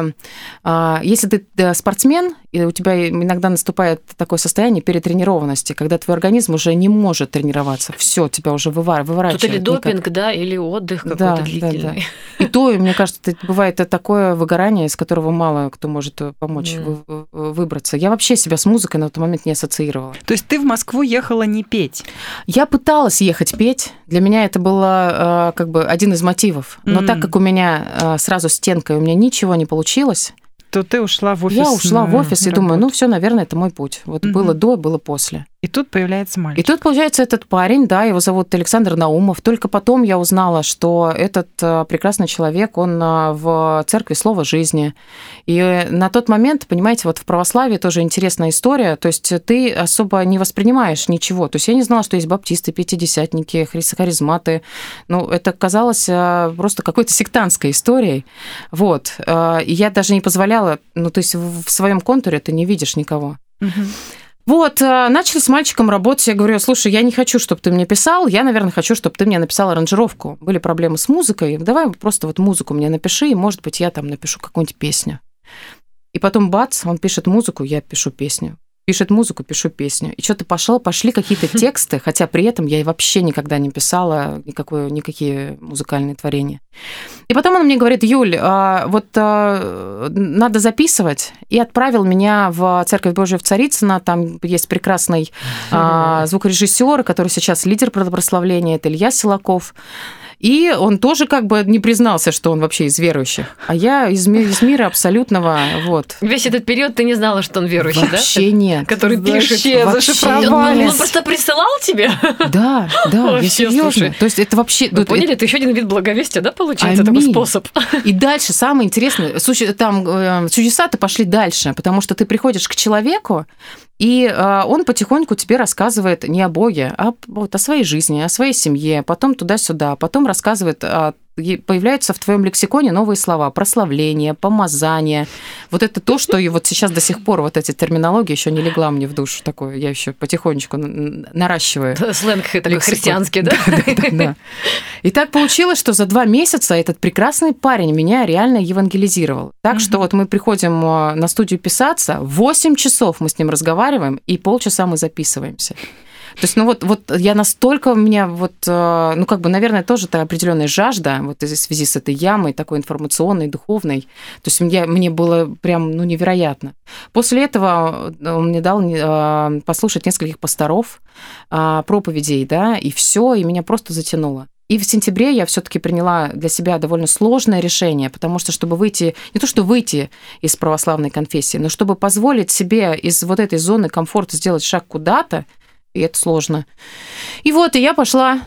а, если ты да, спортсмен, и у тебя иногда наступает такое состояние перетренированности, когда твой организм уже не может тренироваться, все, тебя уже вывар, выворачивает. Тут или никак. допинг, да, или отдых Да, какой-то да, длительный. И то, мне кажется, это бывает такое выгорание, из которого мало кто может помочь М. вы- вы- выбраться. Я вообще себя с музыкой на тот момент не ассоциировала. То есть ты в Москву ехала не петь? Я пыталась ехать петь. Для меня это было э, как бы один из мотивов. Но М. так как у меня э, сразу стенкой, у меня ничего не получилось, То ты ушла в офис. я ушла в на офис и работу. думаю, ну все, наверное, это мой путь. Вот Мгм. было до, было после. И тут появляется И мальчик. тут, получается, этот парень, да, его зовут Александр Наумов. Только потом я узнала, что этот э, прекрасный человек, он э, в церкви Слова жизни. И на тот момент, понимаете, вот в православии тоже интересная история. То есть ты особо не воспринимаешь ничего. То есть я не знала, что есть баптисты, пятидесятники, хри- харизматы. Ну, это казалось э, просто какой-то сектантской историей. Вот. Э, И я даже не позволяла, ну, то есть в в своем контуре ты не видишь никого. Мгм. Вот, э, начали с мальчиком работать. Я говорю: слушай, я не хочу, чтобы ты мне писал, я, наверное, хочу, чтобы ты мне написал аранжировку. Были проблемы с музыкой, давай просто вот музыку мне напиши, и, может быть, я там напишу какую-нибудь песню. И потом бац, он пишет музыку, я пишу песню. Пишет музыку, пишу песню. И что-то пошло, пошли какие-то тексты, хотя при этом я и вообще никогда не писала никакое, никакие музыкальные творения. И потом он мне говорит: Юль, вот надо записывать. И отправил меня в Церковь Божию в Царицыно. Там есть прекрасный звукорежиссер, который сейчас лидер прославления, это Илья Силаков. И он тоже как бы не признался, что он вообще из верующих. А я из, ми- из мира абсолютного, вот. Весь этот период ты не знала, что он верующий, вообще да? Вообще нет. Который пишет. Вообще зашифровали. Он, он просто присылал тебе? Да, да, Вообще, я серьезно. слушай. То есть это вообще... Вы поняли, это еще один вид благовестия, да, получается, Аминь. такой способ? И дальше самое интересное, суще- там э, чудеса-то пошли дальше, потому что ты приходишь к человеку, и э, он потихоньку тебе рассказывает не о Боге, а вот о своей жизни, о своей семье, потом туда-сюда, потом рассказывает, о, появляются в твоем лексиконе новые слова: прославление, помазание. Вот это то, что и вот сейчас до сих пор вот эти терминологии еще не легла мне в душу такое, я еще потихонечку наращиваю. Сленг такой лексикон. Христианский, да? Да, да, да, да. И так получилось, что за два месяца этот прекрасный парень меня реально евангелизировал. Так mm-hmm. что вот мы приходим на студию писаться, восемь часов мы с ним разговариваем, и полчаса мы записываемся. То есть, ну вот, вот я настолько у меня вот, ну как бы, наверное, тоже это определенная жажда вот в связи с этой ямой, такой информационной, духовной. То есть я, мне было прям, ну, невероятно. После этого он мне дал послушать нескольких пасторов, проповедей, да, и все, и меня просто затянуло. И в сентябре я все-таки приняла для себя довольно сложное решение, потому что, чтобы выйти, не то что выйти из православной конфессии, но чтобы позволить себе из вот этой зоны комфорта сделать шаг куда-то, и это сложно. И вот, и я пошла,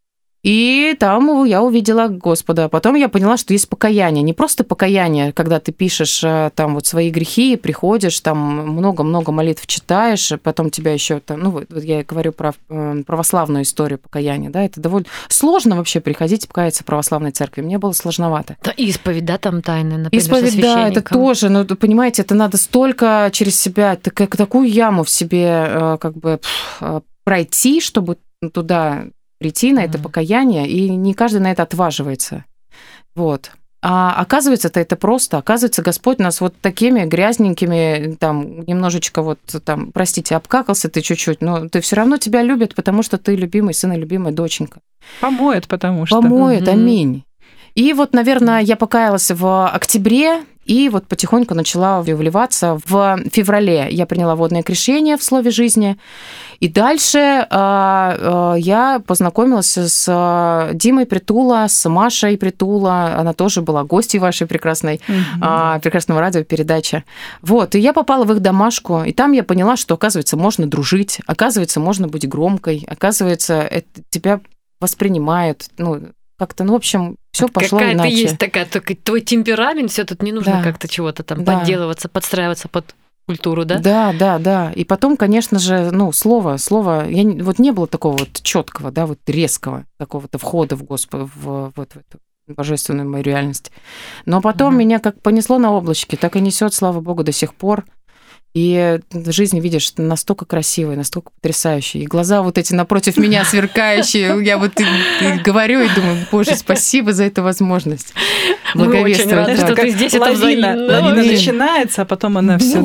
и там я увидела Господа. Потом я поняла, что есть покаяние. Не просто покаяние, когда ты пишешь там вот свои грехи, приходишь, там много-много молитв читаешь, потом тебя еще там, ну вот я говорю про православную историю покаяния, да, это довольно сложно вообще приходить и покаяться в православной церкви. Мне было сложновато. Да, исповедь, да, там тайны, например, исповедь, да, это тоже, но понимаете, это надо столько через себя, так, такую яму в себе как бы пройти, чтобы туда прийти на это покаяние, и не каждый на это отваживается. Вот. А оказывается-то это просто. Оказывается, Господь нас вот такими грязненькими, там, немножечко вот, там, простите, обкакался ты чуть-чуть, но ты все равно тебя любит, потому что ты любимый сын и любимая доченька. Помоет, потому что. Помоет, угу. Аминь. И вот, наверное, я покаялась в октябре, и вот потихоньку начала вливаться. В феврале я приняла водное крещение в Слове жизни. И дальше э, э, я познакомилась с Димой Притула, с Машей Притула. Она тоже была гостьей вашей прекрасной, mm-hmm. э, прекрасного радиопередачи. Вот, и я попала в их домашку, и там я поняла, что, оказывается, можно дружить, оказывается, можно быть громкой, оказывается, это тебя воспринимают, ну, как-то, ну, в общем, все пошло Какая иначе. Какая-то есть такая, только твой темперамент, все тут не нужно да. как-то чего-то там да. подделываться, подстраиваться под культуру, да? Да, да, да. И потом, конечно же, ну, слово, слово, я, вот не было такого вот четкого, да, вот резкого какого-то входа в Господа, в, вот, в эту божественную мою реальность. Но потом угу. меня как понесло на облачке, так и несет, слава Богу, до сих пор. И в жизни, видишь, настолько красивый, настолько потрясающий. И глаза вот эти напротив меня сверкающие. Я вот и, и говорю и думаю, Боже, спасибо за эту возможность. Мы очень рады, что ты здесь. Это лавина, лавина начинается, а потом она все.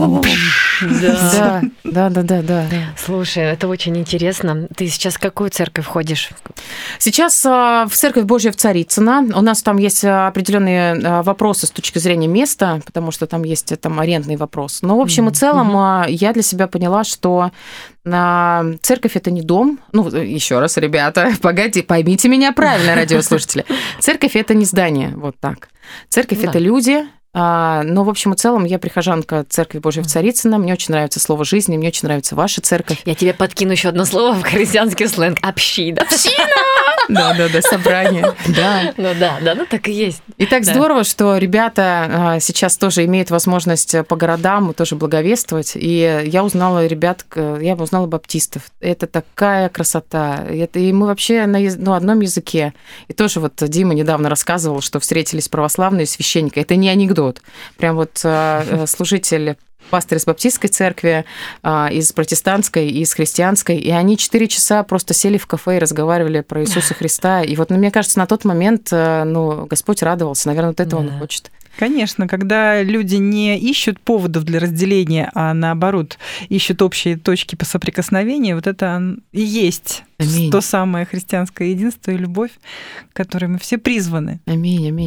Да, да, да, да, да. Слушай, это очень интересно. Ты сейчас в какую церковь ходишь? Сейчас в Церковь Божию в Царицыно. У нас там есть определенные вопросы с точки зрения места, потому что там есть там арендный вопрос. Но в общем и целом я для себя поняла, что церковь – это не дом. Ну, еще раз, ребята, погоди, поймите меня правильно, радиослушатели. Церковь – это не здание, вот так. Церковь да. – это люди. Но, в общем и целом, я прихожанка Церкви Божией в Царицыно. Мне очень нравится слово жизни, мне очень нравится ваша церковь. Я тебе подкину еще одно слово в христианский сленг. Община. Община! Да, да, да, собрание. Да. Ну да, да, ну так и есть. И так да. здорово, что ребята сейчас тоже имеют возможность по городам тоже благовествовать. И я узнала ребят, я узнала баптистов. Это такая красота. Это, и мы вообще на ну, одном языке. И тоже вот Дима недавно рассказывал, что встретились православные священники. Это не анекдот. Прям вот служитель, пастор из баптистской церкви, из протестантской и из христианской, и они четыре часа просто сели в кафе и разговаривали про Иисуса Христа. И вот, ну, мне кажется, на тот момент, ну, Господь радовался. Наверное, вот этого да. он хочет. Конечно, когда люди не ищут поводов для разделения, а наоборот ищут общие точки по соприкосновению, вот это и есть Аминь. То самое христианское единство и любовь, к которой мы все призваны. Аминь, аминь,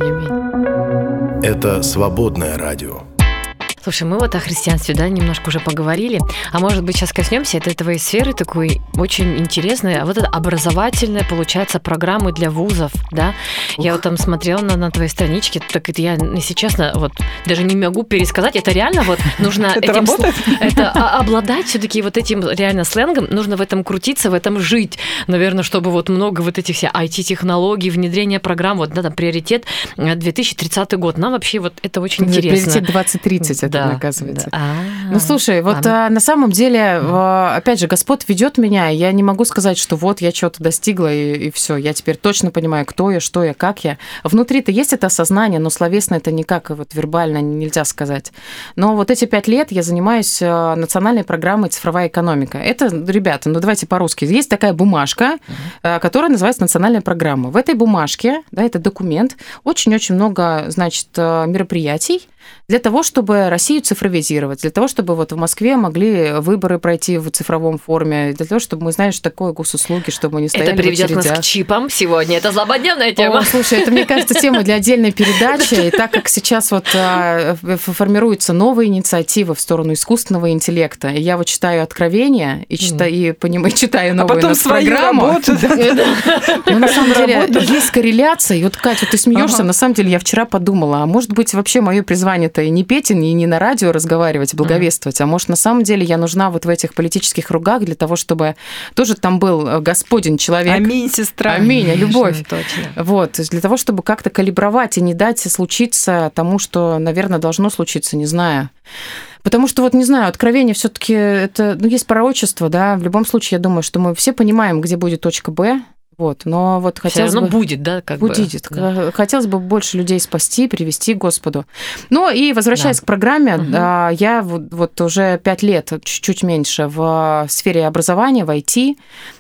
аминь. Это «Свободное радио». Слушай, мы вот о христианстве, да, немножко уже поговорили, а может быть сейчас коснемся это твоей сферы такой очень интересной, а вот это образовательная, получается, программы для вузов, да? Ух. Я вот там смотрела на, на твоей страничке, так это я, если честно, вот даже не могу пересказать, это реально вот нужно это этим работает? Это обладать все-таки вот этим реально сленгом, нужно в этом крутиться, в этом жить, наверное, чтобы вот много вот этих все ай ти-технологий, внедрение программ, вот, да, там, приоритет две тысячи тридцатый год, нам вообще вот это очень интересно. Приоритет двадцать тридцать. Да, оказывается. Да. Ну, слушай, вот а, на самом деле, опять же, Господь ведет меня, я не могу сказать, что вот я что-то достигла, и, и все, я теперь точно понимаю, кто я, что я, как я. Внутри-то есть это осознание, но словесно это никак вот вербально нельзя сказать. Но вот эти пять лет я занимаюсь национальной программой «Цифровая экономика». Это, ребята, ну давайте по-русски. Есть такая бумажка, uh-huh. которая называется «Национальная программа». В этой бумажке, да, это документ, очень-очень много, значит, мероприятий, для того, чтобы Россию цифровизировать, для того, чтобы вот в Москве могли выборы пройти в цифровом форме, для того, чтобы мы знали, что такое госуслуги, чтобы мы не стояли в очередях. Это приведет нас к чипам сегодня. Это злободневная тема. О, слушай, это, мне кажется, тема для отдельной передачи. И так как сейчас вот а, формируются новые инициативы в сторону искусственного интеллекта, и я вот читаю Откровения и читаю, и, понимаю, читаю новую а потом свою программу. Работу, ну, на самом деле, есть корреляция. И вот, Катя, ты смеешься. На самом деле, я вчера подумала, а может быть, вообще мое призвание это и не петь, и не на радио разговаривать, благовествовать, а может, на самом деле я нужна вот в этих политических кругах для того, чтобы тоже там был Господень человек. Аминь, сестра. Аминь, Конечно, любовь. Точно. Вот, для того, чтобы как-то калибровать и не дать случиться тому, что, наверное, должно случиться, не знаю. Потому что, вот, не знаю, откровение все-таки это, ну, есть пророчество, да, в любом случае, я думаю, что мы все понимаем, где будет точка Б. Вот, но вот хотелось Всё равно бы... будет, да, как будет. бы. Да. Хотелось бы больше людей спасти, привести к Господу. Ну и возвращаясь да. к программе, угу. я вот, вот уже пять лет, чуть-чуть меньше, в сфере образования, в ай ти.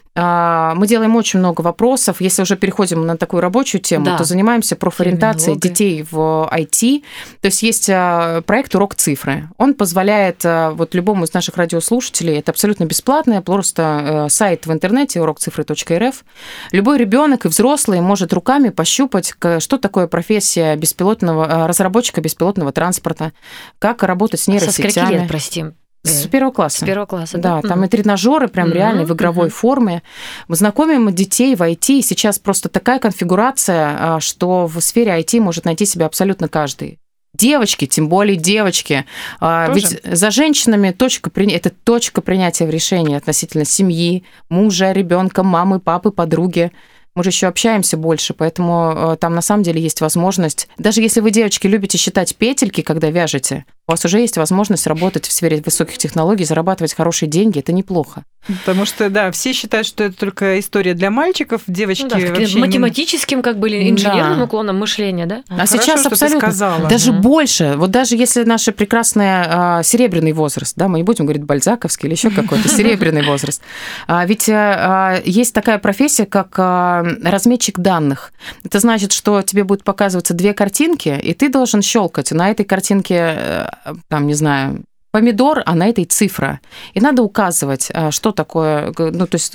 Мы делаем очень много вопросов. Если уже переходим на такую рабочую тему, да. то занимаемся профориентацией детей в ай ти. То есть есть проект «Урок цифры». Он позволяет вот любому из наших радиослушателей, это абсолютно бесплатно, просто сайт в интернете урок цифры точка эр эф. Любой ребенок и взрослый может руками пощупать, что такое профессия беспилотного разработчика беспилотного транспорта, как работать с нейросетями. Со скольки лет, прости? С первого класса. С первого класса, да? Да, там mm-hmm. и тренажеры прям mm-hmm. реально в игровой mm-hmm. форме. Мы знакомим детей в ай ти, и сейчас просто такая конфигурация, что в сфере ай ти может найти себя абсолютно каждый. Девочки, тем более девочки. Тоже? Ведь за женщинами точка при... это точка принятия в решении относительно семьи, мужа, ребенка, мамы, папы, подруги. Мы же еще общаемся больше, поэтому там на самом деле есть возможность. Даже если вы, девочки, любите считать петельки, когда вяжете, у вас уже есть возможность работать в сфере высоких технологий, зарабатывать хорошие деньги. Это неплохо. Потому что, да, все считают, что это только история для мальчиков, девочки ну, да, вообще... математическим, как бы, или инженерным да. уклоном мышления, да? А Хорошо, сейчас абсолютно... сказала. Даже mm-hmm. больше. Вот даже если наш прекрасный а, серебряный возраст, да, мы не будем говорить бальзаковский или еще какой-то серебряный возраст, а, ведь а, есть такая профессия, как а, разметчик данных. Это значит, что тебе будут показываться две картинки, и ты должен щелкать на этой картинке, там, не знаю, помидор, а на этой цифра. И надо указывать, что такое, ну, то есть,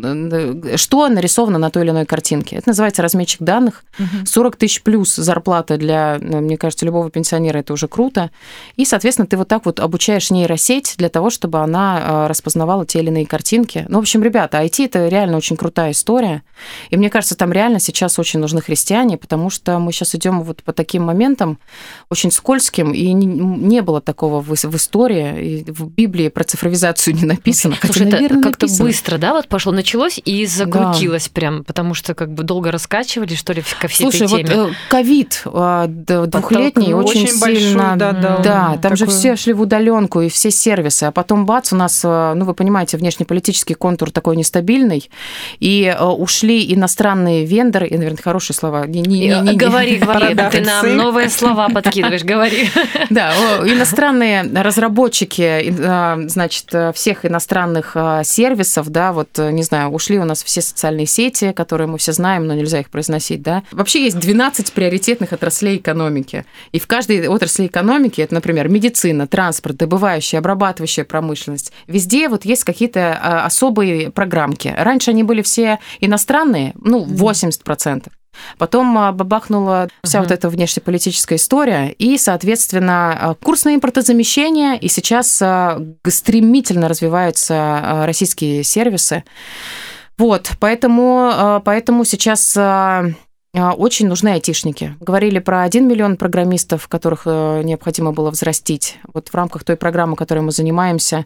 что нарисовано на той или иной картинке. Это называется разметчик данных. сорок тысяч плюс зарплата для, мне кажется, любого пенсионера, это уже круто. И, соответственно, ты вот так вот обучаешь нейросеть для того, чтобы она распознавала те или иные картинки. Ну, в общем, ребята, ай ти – это реально очень крутая история. И мне кажется, там реально сейчас очень нужны христиане, потому что мы сейчас идем вот по таким моментам очень скользким, и не было такого в истории. И в Библии про цифровизацию не написано. Слушай, хотя, это наверное, как-то написано. быстро, да, вот пошло, началось и закрутилось да. прям, потому что как бы долго раскачивали, что ли, ко всей Слушай, этой теме. Слушай, вот ковид двухлетний очень, очень сильно... Большой, да, да, да, там такой... же все шли в удаленку и все сервисы, а потом бац, у нас, ну, вы понимаете, внешнеполитический контур такой нестабильный, и ушли иностранные вендоры, и, наверное, хорошие слова. Не, не, не, не, говори, не, говори, ты нам новые слова подкидываешь, говори. Да, иностранные разработчики разработчики, значит, всех иностранных сервисов, да, вот, не знаю, ушли у нас все социальные сети, которые мы все знаем, но нельзя их произносить, да. Вообще есть двенадцать приоритетных отраслей экономики. И в каждой отрасли экономики, это, например, медицина, транспорт, добывающая, обрабатывающая промышленность, везде вот есть какие-то особые программки. Раньше они были все иностранные, ну, восемьдесят процентов. Потом бабахнула вся uh-huh. вот эта внешнеполитическая история, и, соответственно, курс на импортозамещение, и сейчас стремительно развиваются российские сервисы. Вот, поэтому, поэтому сейчас очень нужны айтишники. Говорили про один миллион программистов, которых необходимо было взрастить. Вот в рамках той программы, которой мы занимаемся,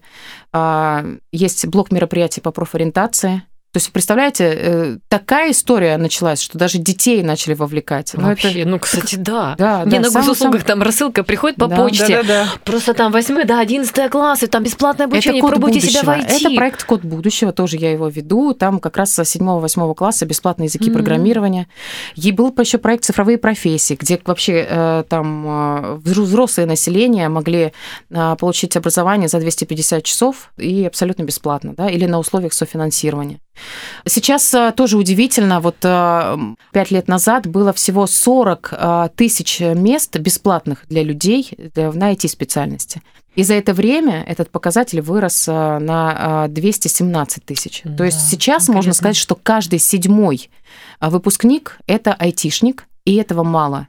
есть блок мероприятий по профориентации. То есть, представляете, такая история началась, что даже детей начали вовлекать. Вообще, ну, это... ну кстати, да. да Мне да, на госуслугах сам... там рассылка приходит по да, почте. Да, да, да. Просто там восьмой, да, одиннадцатый класс, и там бесплатное обучение, пробуйте будущего. себя войти. Это проект «Код будущего», тоже я его веду. Там как раз с седьмого-восьмого класса бесплатные языки mm-hmm. программирования. И был еще проект «Цифровые профессии», где вообще там взрослое население могли получить образование за двести пятьдесят часов и абсолютно бесплатно, да, или на условиях софинансирования. Сейчас тоже удивительно, вот пять лет назад было всего сорок тысяч мест бесплатных для людей на ай ти-специальности. И за это время этот показатель вырос на двести семнадцать тысяч. Да, то есть сейчас интересно. Можно сказать, что каждый седьмой выпускник – это айтишник, и этого мало.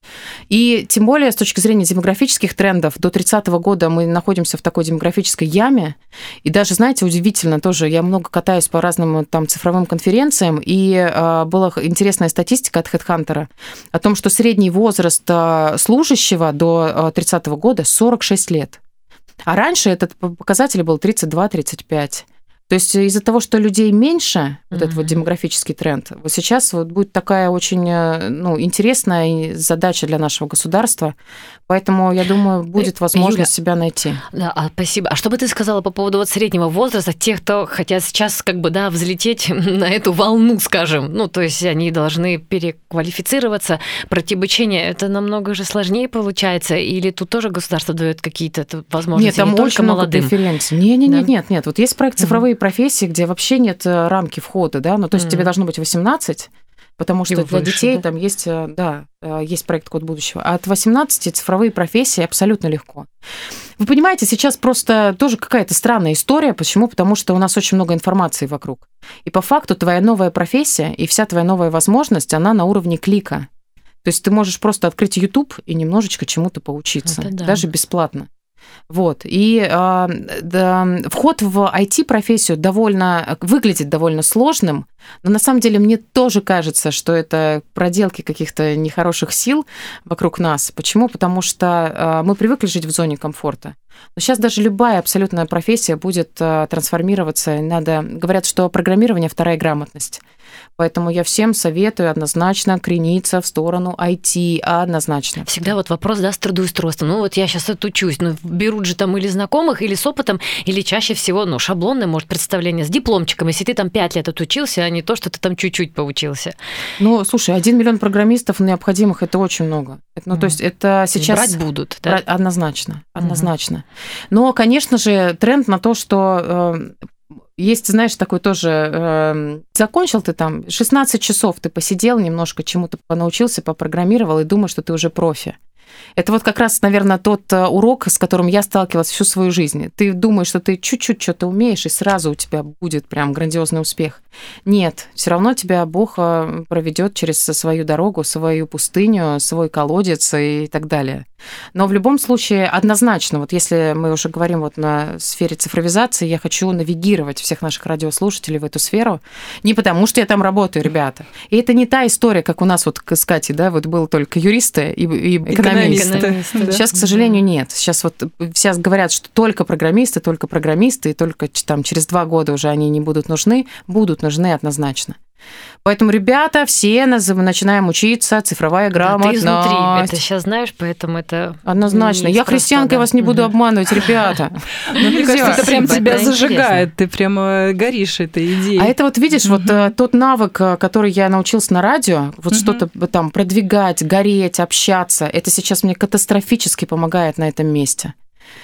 И тем более с точки зрения демографических трендов, до тридцатого года мы находимся в такой демографической яме. И даже, знаете, удивительно тоже, я много катаюсь по разным там цифровым конференциям, и э, была интересная статистика от HeadHunter о том, что средний возраст э, служащего до тридцатого года сорок шесть лет. А раньше этот показатель был тридцать два - тридцать пять. То есть из-за того, что людей меньше, mm-hmm. вот этот вот демографический тренд, вот сейчас вот будет такая очень ну, интересная задача для нашего государства, поэтому, я думаю, будет возможность Юля, себя найти. Да, а, спасибо. А что бы ты сказала по поводу вот среднего возраста, тех, кто хотят сейчас как бы, да, взлететь на эту волну, скажем, ну, то есть они должны переквалифицироваться, пройти обучение, это намного же сложнее получается, или тут тоже государство дает какие-то возможности нет, там не только много молодым? Преференций. Нет, нет, да? нет, нет, нет. Вот есть проект «Цифровые mm-hmm. профессии», где вообще нет рамки входа, да, ну, то есть mm-hmm. тебе должно быть восемнадцать, потому что и для выше, детей да? там есть, да, есть проект «Код будущего». А от восемнадцати цифровые профессии абсолютно легко. Вы понимаете, сейчас просто тоже какая-то странная история. Почему? Потому что у нас очень много информации вокруг. И по факту твоя новая профессия и вся твоя новая возможность, она на уровне клика. То есть ты можешь просто открыть YouTube и немножечко чему-то поучиться, да. даже бесплатно. Вот. И э, да, вход в ай ти-профессию довольно, выглядит довольно сложным, но на самом деле мне тоже кажется, что это проделки каких-то нехороших сил вокруг нас. Почему? Потому что э, мы привыкли жить в зоне комфорта. Но сейчас даже любая абсолютная профессия будет э, трансформироваться. Надо... Говорят, что программирование – вторая грамотность. Поэтому я всем советую однозначно крениться в сторону ай ти, однозначно. Всегда вот вопрос, да, с трудоустройством. Ну вот я сейчас отучусь, ну берут же там или знакомых, или с опытом, или чаще всего, ну, шаблонное, может, представление с дипломчиком, если ты там пять лет отучился, а не то, что ты там чуть-чуть поучился. Ну, слушай, один миллион программистов необходимых – это очень много. Ну, mm. то есть это сейчас… Брать будут, да? Однозначно, однозначно. Mm-hmm. Но, конечно же, тренд на то, что… Есть, знаешь, такой тоже, э, закончил ты там, шестнадцать часов ты посидел, немножко чему-то понаучился, попрограммировал и думаешь, что ты уже профи. Это вот как раз, наверное, тот урок, с которым я сталкивалась всю свою жизнь. Ты думаешь, что ты чуть-чуть что-то умеешь, и сразу у тебя будет прям грандиозный успех. Нет, все равно тебя Бог проведет через свою дорогу, свою пустыню, свой колодец и так далее. Но в любом случае, однозначно, вот если мы уже говорим вот на сфере цифровизации, я хочу навигировать всех наших радиослушателей в эту сферу, не потому что я там работаю, ребята. И это не та история, как у нас вот с Катей, да, вот было только юристы и, и экономисты. экономисты да. Сейчас, к сожалению, нет. Сейчас вот все говорят, что только программисты, только программисты, и только там через два года уже они не будут нужны, будут нужны однозначно. Поэтому, ребята, все начинаем учиться, цифровая грамотность. Да, ты изнутри это сейчас знаешь, поэтому это… Однозначно. Я христианка, я вас не буду обманывать, ребята. Мне кажется, это прям тебя зажигает, ты прямо горишь этой идеей. А это вот, видишь, вот тот навык, который я научилась на радио, вот что-то там продвигать, гореть, общаться, это сейчас мне катастрофически помогает на этом месте.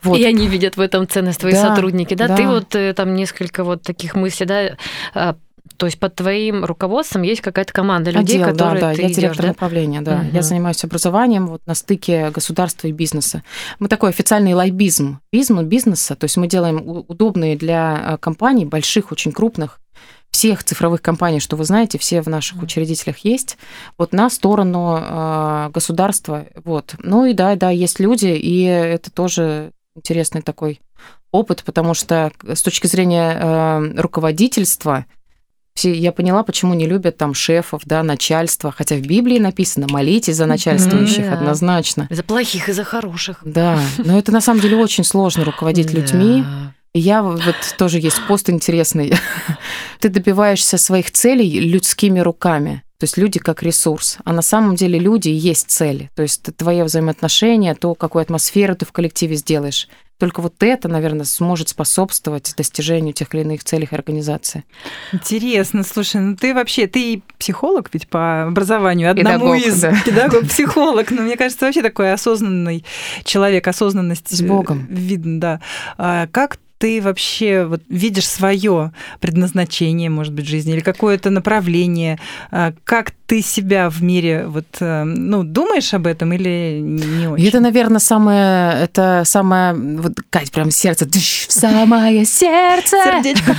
Вот. И они видят в этом ценность, твои да, сотрудники, да? да? Ты вот там несколько вот таких мыслей, да? То есть под твоим руководством есть какая-то команда людей, Отдел, которые да, да, ты я идёшь, директор да? направления, да. Угу. Я занимаюсь образованием вот на стыке государства и бизнеса. Мы такой официальный лайбизм, бизнес, бизнеса, то есть мы делаем удобные для компаний, больших, очень крупных, всех цифровых компаний, что вы знаете, все в наших учредителях есть, вот на сторону э, государства, вот. Ну и да, да, есть люди, и это тоже интересный такой опыт, потому что с точки зрения э, руководительства, все, я поняла, почему не любят там шефов, да, начальство, хотя в Библии написано «молитесь за начальствующих», да. однозначно. За плохих и за хороших. Да, но это на самом деле очень сложно руководить Да. людьми. И я вот тоже есть пост интересный. Ты добиваешься своих целей людскими руками. То есть люди как ресурс. А на самом деле люди и есть цели. То есть твои взаимоотношения, то, какую атмосферу ты в коллективе сделаешь. Только вот это, наверное, сможет способствовать достижению тех или иных целей организации. Интересно, слушай, ну ты вообще, ты психолог ведь по образованию, одному Педагог, из да. педагог-психолог, но мне кажется, вообще такой осознанный человек, осознанность С Богом. видно, да. А как ты вообще вот видишь свое предназначение, может быть, в жизни, или какое-то направление? Как ты себя в мире вот, ну, думаешь об этом или не очень? Это, наверное, самое, это самое, вот, Кать, прям сердце, дыш, в самое сердце. Сердечко.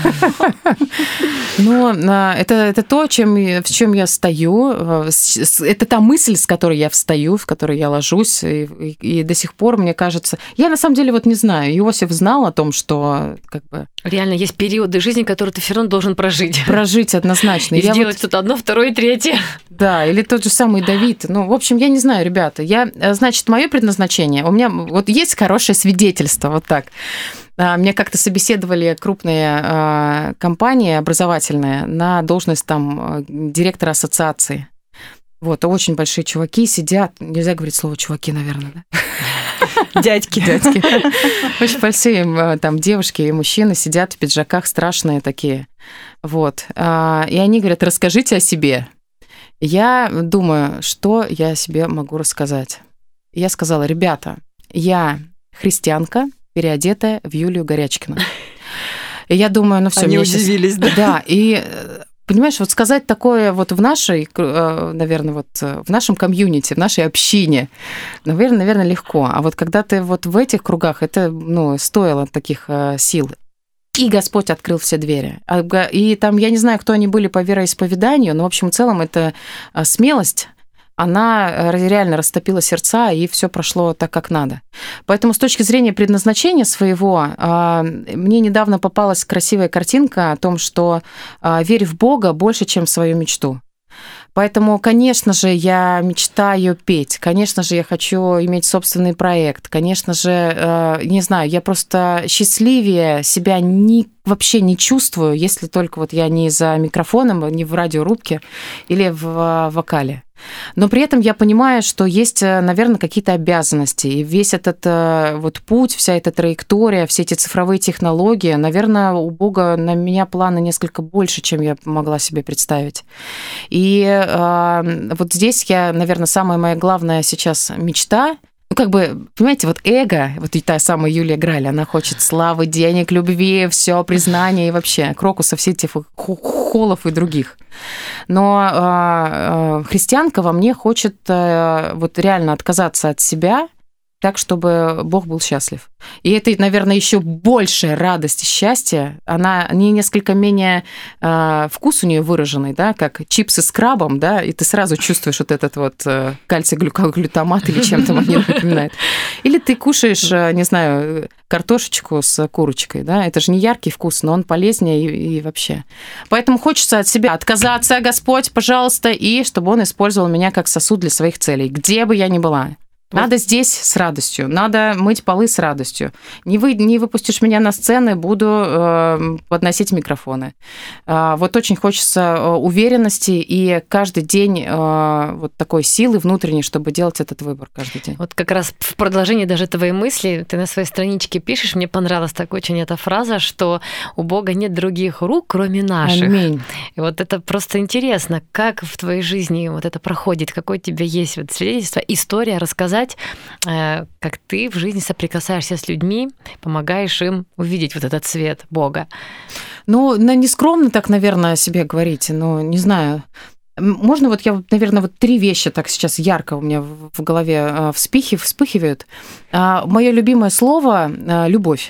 Но это, это то, чем, в чем я стою, это та мысль, с которой я встаю, в которой я ложусь, и, и, и до сих пор, мне кажется, я на самом деле вот не знаю, Иосиф знал о том, что как бы... Реально есть периоды жизни, которые ты все равно должен прожить. Прожить однозначно. И я сделать вот... тут одно, второе, третье. Да, или тот же самый Давид. Ну, в общем, я не знаю, ребята. Я, значит, мое предназначение, у меня вот есть хорошее свидетельство, вот так. Мне как-то собеседовали крупные компании образовательные на должность там директора ассоциации. Вот, очень большие чуваки сидят, нельзя говорить слово чуваки, наверное, да? Дядьки. Дядьки. Очень большие там девушки и мужчины сидят в пиджаках страшные такие. Вот. И они говорят, расскажите о себе. Я думаю, что я о себе могу рассказать. Я сказала, ребята, я христианка, переодетая в Юлию Горячкину. И я думаю, ну все. Они удивились, сейчас... да? Да, и... Понимаешь, вот сказать такое вот в нашей, наверное, вот в нашем комьюнити, в нашей общине, наверное, наверное, легко. А вот когда ты вот в этих кругах, это, ну, стоило таких сил. И Господь открыл все двери. И там, я не знаю, кто они были по вероисповеданию, но, в общем, в целом, это смелость, она реально растопила сердца, и все прошло так, как надо. Поэтому с точки зрения предназначения своего, мне недавно попалась красивая картинка о том, что верь в Бога больше, чем в свою мечту. Поэтому, конечно же, я мечтаю петь, конечно же, я хочу иметь собственный проект, конечно же, не знаю, я просто счастливее себя не, вообще не чувствую, если только вот я не за микрофоном, не в радиорубке или в вокале. Но при этом я понимаю, что есть, наверное, какие-то обязанности. И весь этот вот путь, вся эта траектория, все эти цифровые технологии, наверное, у Бога на меня планы несколько больше, чем я могла себе представить. И э, вот здесь я, наверное, самая моя главная сейчас мечта. Ну, как бы, понимаете, вот эго, вот и та самая Юлия Граль, она хочет славы, денег, любви, все признания и вообще Крокуса, все этих холлов и других. Но э, э, христианка во мне хочет э, вот реально отказаться от себя так, чтобы Бог был счастлив. И это, наверное, еще большая радость и счастье. Она не несколько менее э, вкус у нее выраженный, да, как чипсы с крабом, да, и ты сразу чувствуешь вот этот вот э, кальций-глютамат или чем там они напоминают. Или ты кушаешь, э, не знаю, картошечку с курочкой, да, это же не яркий вкус, но он полезнее и, и вообще. Поэтому хочется от себя отказаться, Господь, пожалуйста, и чтобы Он использовал меня как сосуд для своих целей, где бы я ни была. Надо здесь с радостью, надо мыть полы с радостью. Не, вы, не выпустишь меня на сцены, буду э, подносить микрофоны. Э, вот очень хочется уверенности и каждый день э, вот такой силы внутренней, чтобы делать этот выбор каждый день. Вот как раз в продолжении даже твоей мысли, ты на своей страничке пишешь, мне понравилась так очень эта фраза, что у Бога нет других рук, кроме наших. Аминь. И вот это просто интересно, как в твоей жизни вот это проходит, какое у тебя есть вот свидетельство, история, рассказать, рассказать, как ты в жизни соприкасаешься с людьми, помогаешь им увидеть вот этот свет Бога. Ну, не скромно так, наверное, о себе говорить, но не знаю. Можно вот я, наверное, вот три вещи так сейчас ярко у меня в голове вспыхив, вспыхивают. Мое любимое слово – любовь.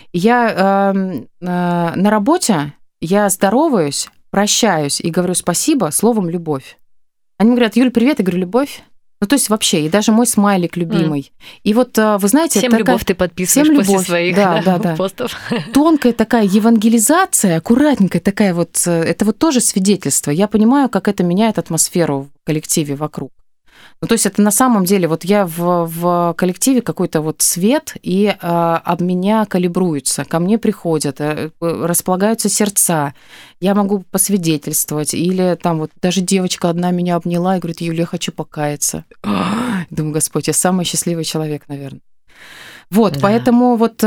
Я на работе, я здороваюсь, прощаюсь и говорю спасибо словом «любовь». Они мне говорят: Юль, привет. Я говорю: любовь. Ну, то есть вообще, и даже мой смайлик любимый. Mm. И вот, вы знаете... Всем такая... любовь ты подписываешь Всем после любовь. своих да, да, да, да. постов. Тонкая такая евангелизация, аккуратненькая такая вот... Это вот тоже свидетельство. Я понимаю, как это меняет атмосферу в коллективе вокруг. Ну, то есть это на самом деле, вот я в, в коллективе какой-то вот свет, и а, об меня калибруются, ко мне приходят, располагаются сердца, я могу посвидетельствовать, или там вот даже девочка одна меня обняла и говорит: Юля, я хочу покаяться. Думаю: Господь, я самый счастливый человек, наверное. Вот, да. Поэтому вот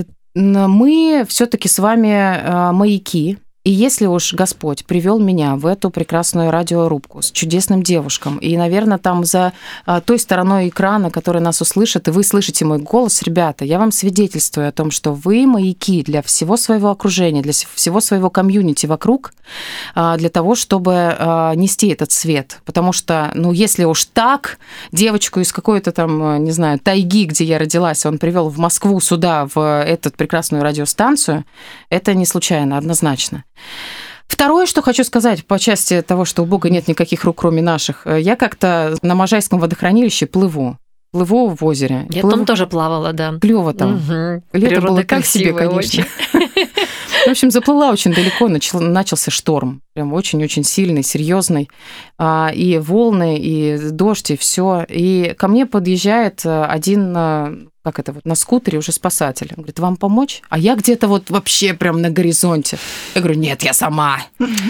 мы все-таки с вами маяки. И если уж Господь привел меня в эту прекрасную радиорубку с чудесным девушкам, и, наверное, там за той стороной экрана, который нас услышит, и вы слышите мой голос, ребята, я вам свидетельствую о том, что вы маяки для всего своего окружения, для всего своего комьюнити вокруг, для того, чтобы нести этот свет. Потому что, ну, если уж так, девочку из какой-то там, не знаю, тайги, где я родилась, он привел в Москву сюда, в эту прекрасную радиостанцию, это не случайно, однозначно. Второе, что хочу сказать по части того, что у Бога нет никаких рук, кроме наших. Я как-то на Можайском водохранилище плыву. Плыву в озере. Я плыву... там тоже плавала, да. Клёво там. Угу. Лето Природа было так себе, конечно. В общем, заплыла очень далеко, начал, начался шторм. Прям очень-очень сильный, серьезный. И волны, и дождь, и все. И ко мне подъезжает один... как это вот, на скутере уже спасатель. Он говорит: вам помочь? А я где-то вот вообще прям на горизонте. Я говорю: нет, я сама.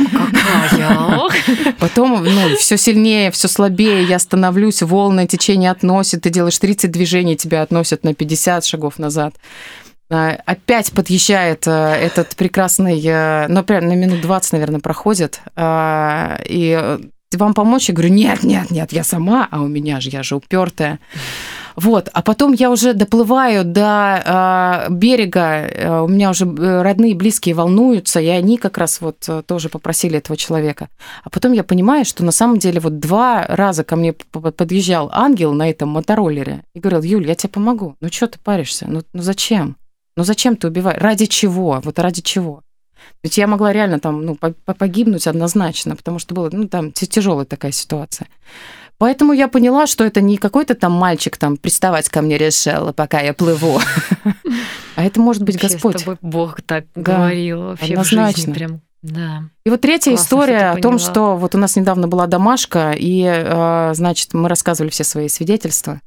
Какая? Потом, ну, все сильнее, все слабее, я становлюсь, волны, течение относит, ты делаешь тридцать движений, тебя относят на пятьдесят шагов назад. Опять подъезжает этот прекрасный, ну, прям на минут двадцать, наверное, проходит, и вам помочь? Я говорю: нет, нет, нет, я сама, а у меня же, я же упертая. Вот, а потом я уже доплываю до э, берега, э, у меня уже родные, близкие волнуются, и они как раз вот тоже попросили этого человека. А потом я понимаю, что на самом деле вот два раза ко мне подъезжал ангел на этом мотороллере и говорил: Юль, я тебе помогу. Ну что ты паришься? Ну, ну зачем? Ну зачем ты убиваешь? Ради чего? Вот ради чего? Ведь я могла реально там, ну, погибнуть однозначно, потому что была, ну, там тяжелая такая ситуация. Поэтому я поняла, что это не какой-то там мальчик там приставать ко мне решил, пока я плыву. А это может быть вообще Господь. С тобой Бог так да, говорил вообще однозначно. В жизни прям. Да. И вот третья Классно, история о том, что вот у нас недавно была домашка, и, значит, мы рассказывали все свои свидетельства.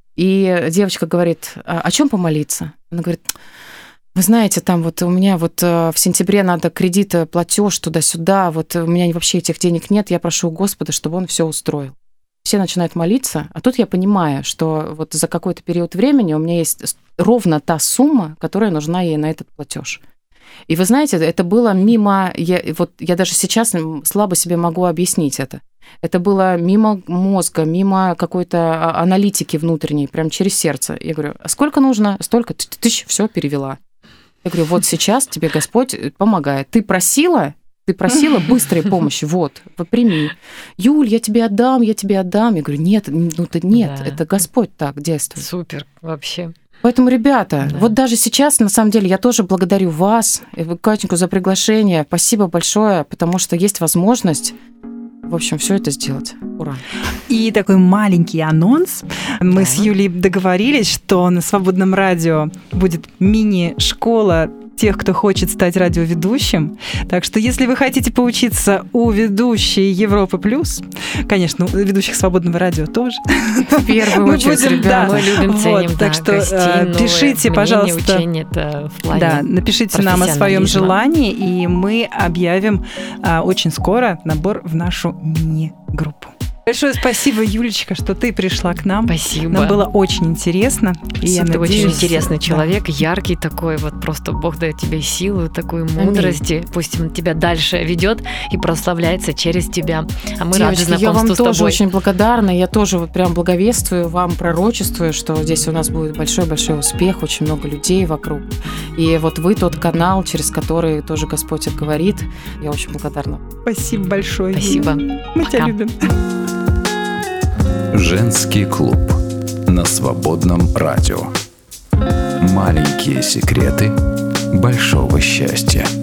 И девочка говорит: о чем помолиться? Она говорит: вы знаете, там вот у меня вот в сентябре надо кредит, платеж туда-сюда, вот у меня вообще этих денег нет, я прошу у Господа, чтобы он все устроил. Все начинают молиться, а тут я понимаю, что вот за какой-то период времени у меня есть ровно та сумма, которая нужна ей на этот платеж. И вы знаете, это было мимо, я, вот я даже сейчас слабо себе могу объяснить это. Это было мимо мозга, мимо какой-то аналитики внутренней, прям через сердце. Я говорю: а сколько нужно? Столько, тысяч, все перевела. Я говорю: вот сейчас тебе Господь помогает. Ты просила? Ты просила быстрой помощи, вот, прими. Юль, я тебе отдам, я тебе отдам. Я говорю: нет, ну ты нет, да. Это Господь так действует. Супер, вообще. Поэтому, ребята, да. вот даже сейчас, на самом деле, я тоже благодарю вас, и Катеньку, за приглашение. Спасибо большое, потому что есть возможность, в общем, все это сделать. Ура! И такой маленький анонс. Мы да. с Юлей договорились, что на Свободном радио будет мини-школа тех, кто хочет стать радиоведущим. Так что, если вы хотите поучиться у ведущей Европы плюс, конечно, у ведущих Свободного радио тоже. В первую очередь, ребята. Мы любим, ценим. Так что пишите, пожалуйста. Да, напишите нам о своем желании, и мы объявим очень скоро набор в нашу мини-группу. Большое спасибо, Юлечка, что ты пришла к нам. Спасибо. Нам было очень интересно. И я ты надеюсь, очень интересный да. человек, яркий такой, вот просто Бог дает тебе силу, такую мудрости. Аминь. Пусть он тебя дальше ведет и прославляется через тебя. А мы Девочки, рады знакомству я вам с тобой. тоже очень благодарна. Я тоже вот прям благовествую вам, пророчествую, что здесь у нас будет большой-большой успех, очень много людей вокруг. И вот вы тот канал, через который тоже Господь говорит. Я очень благодарна. Спасибо большое. Спасибо. Мы Пока. тебя любим. Женский клуб на Свободном радио. Маленькие секреты большого счастья.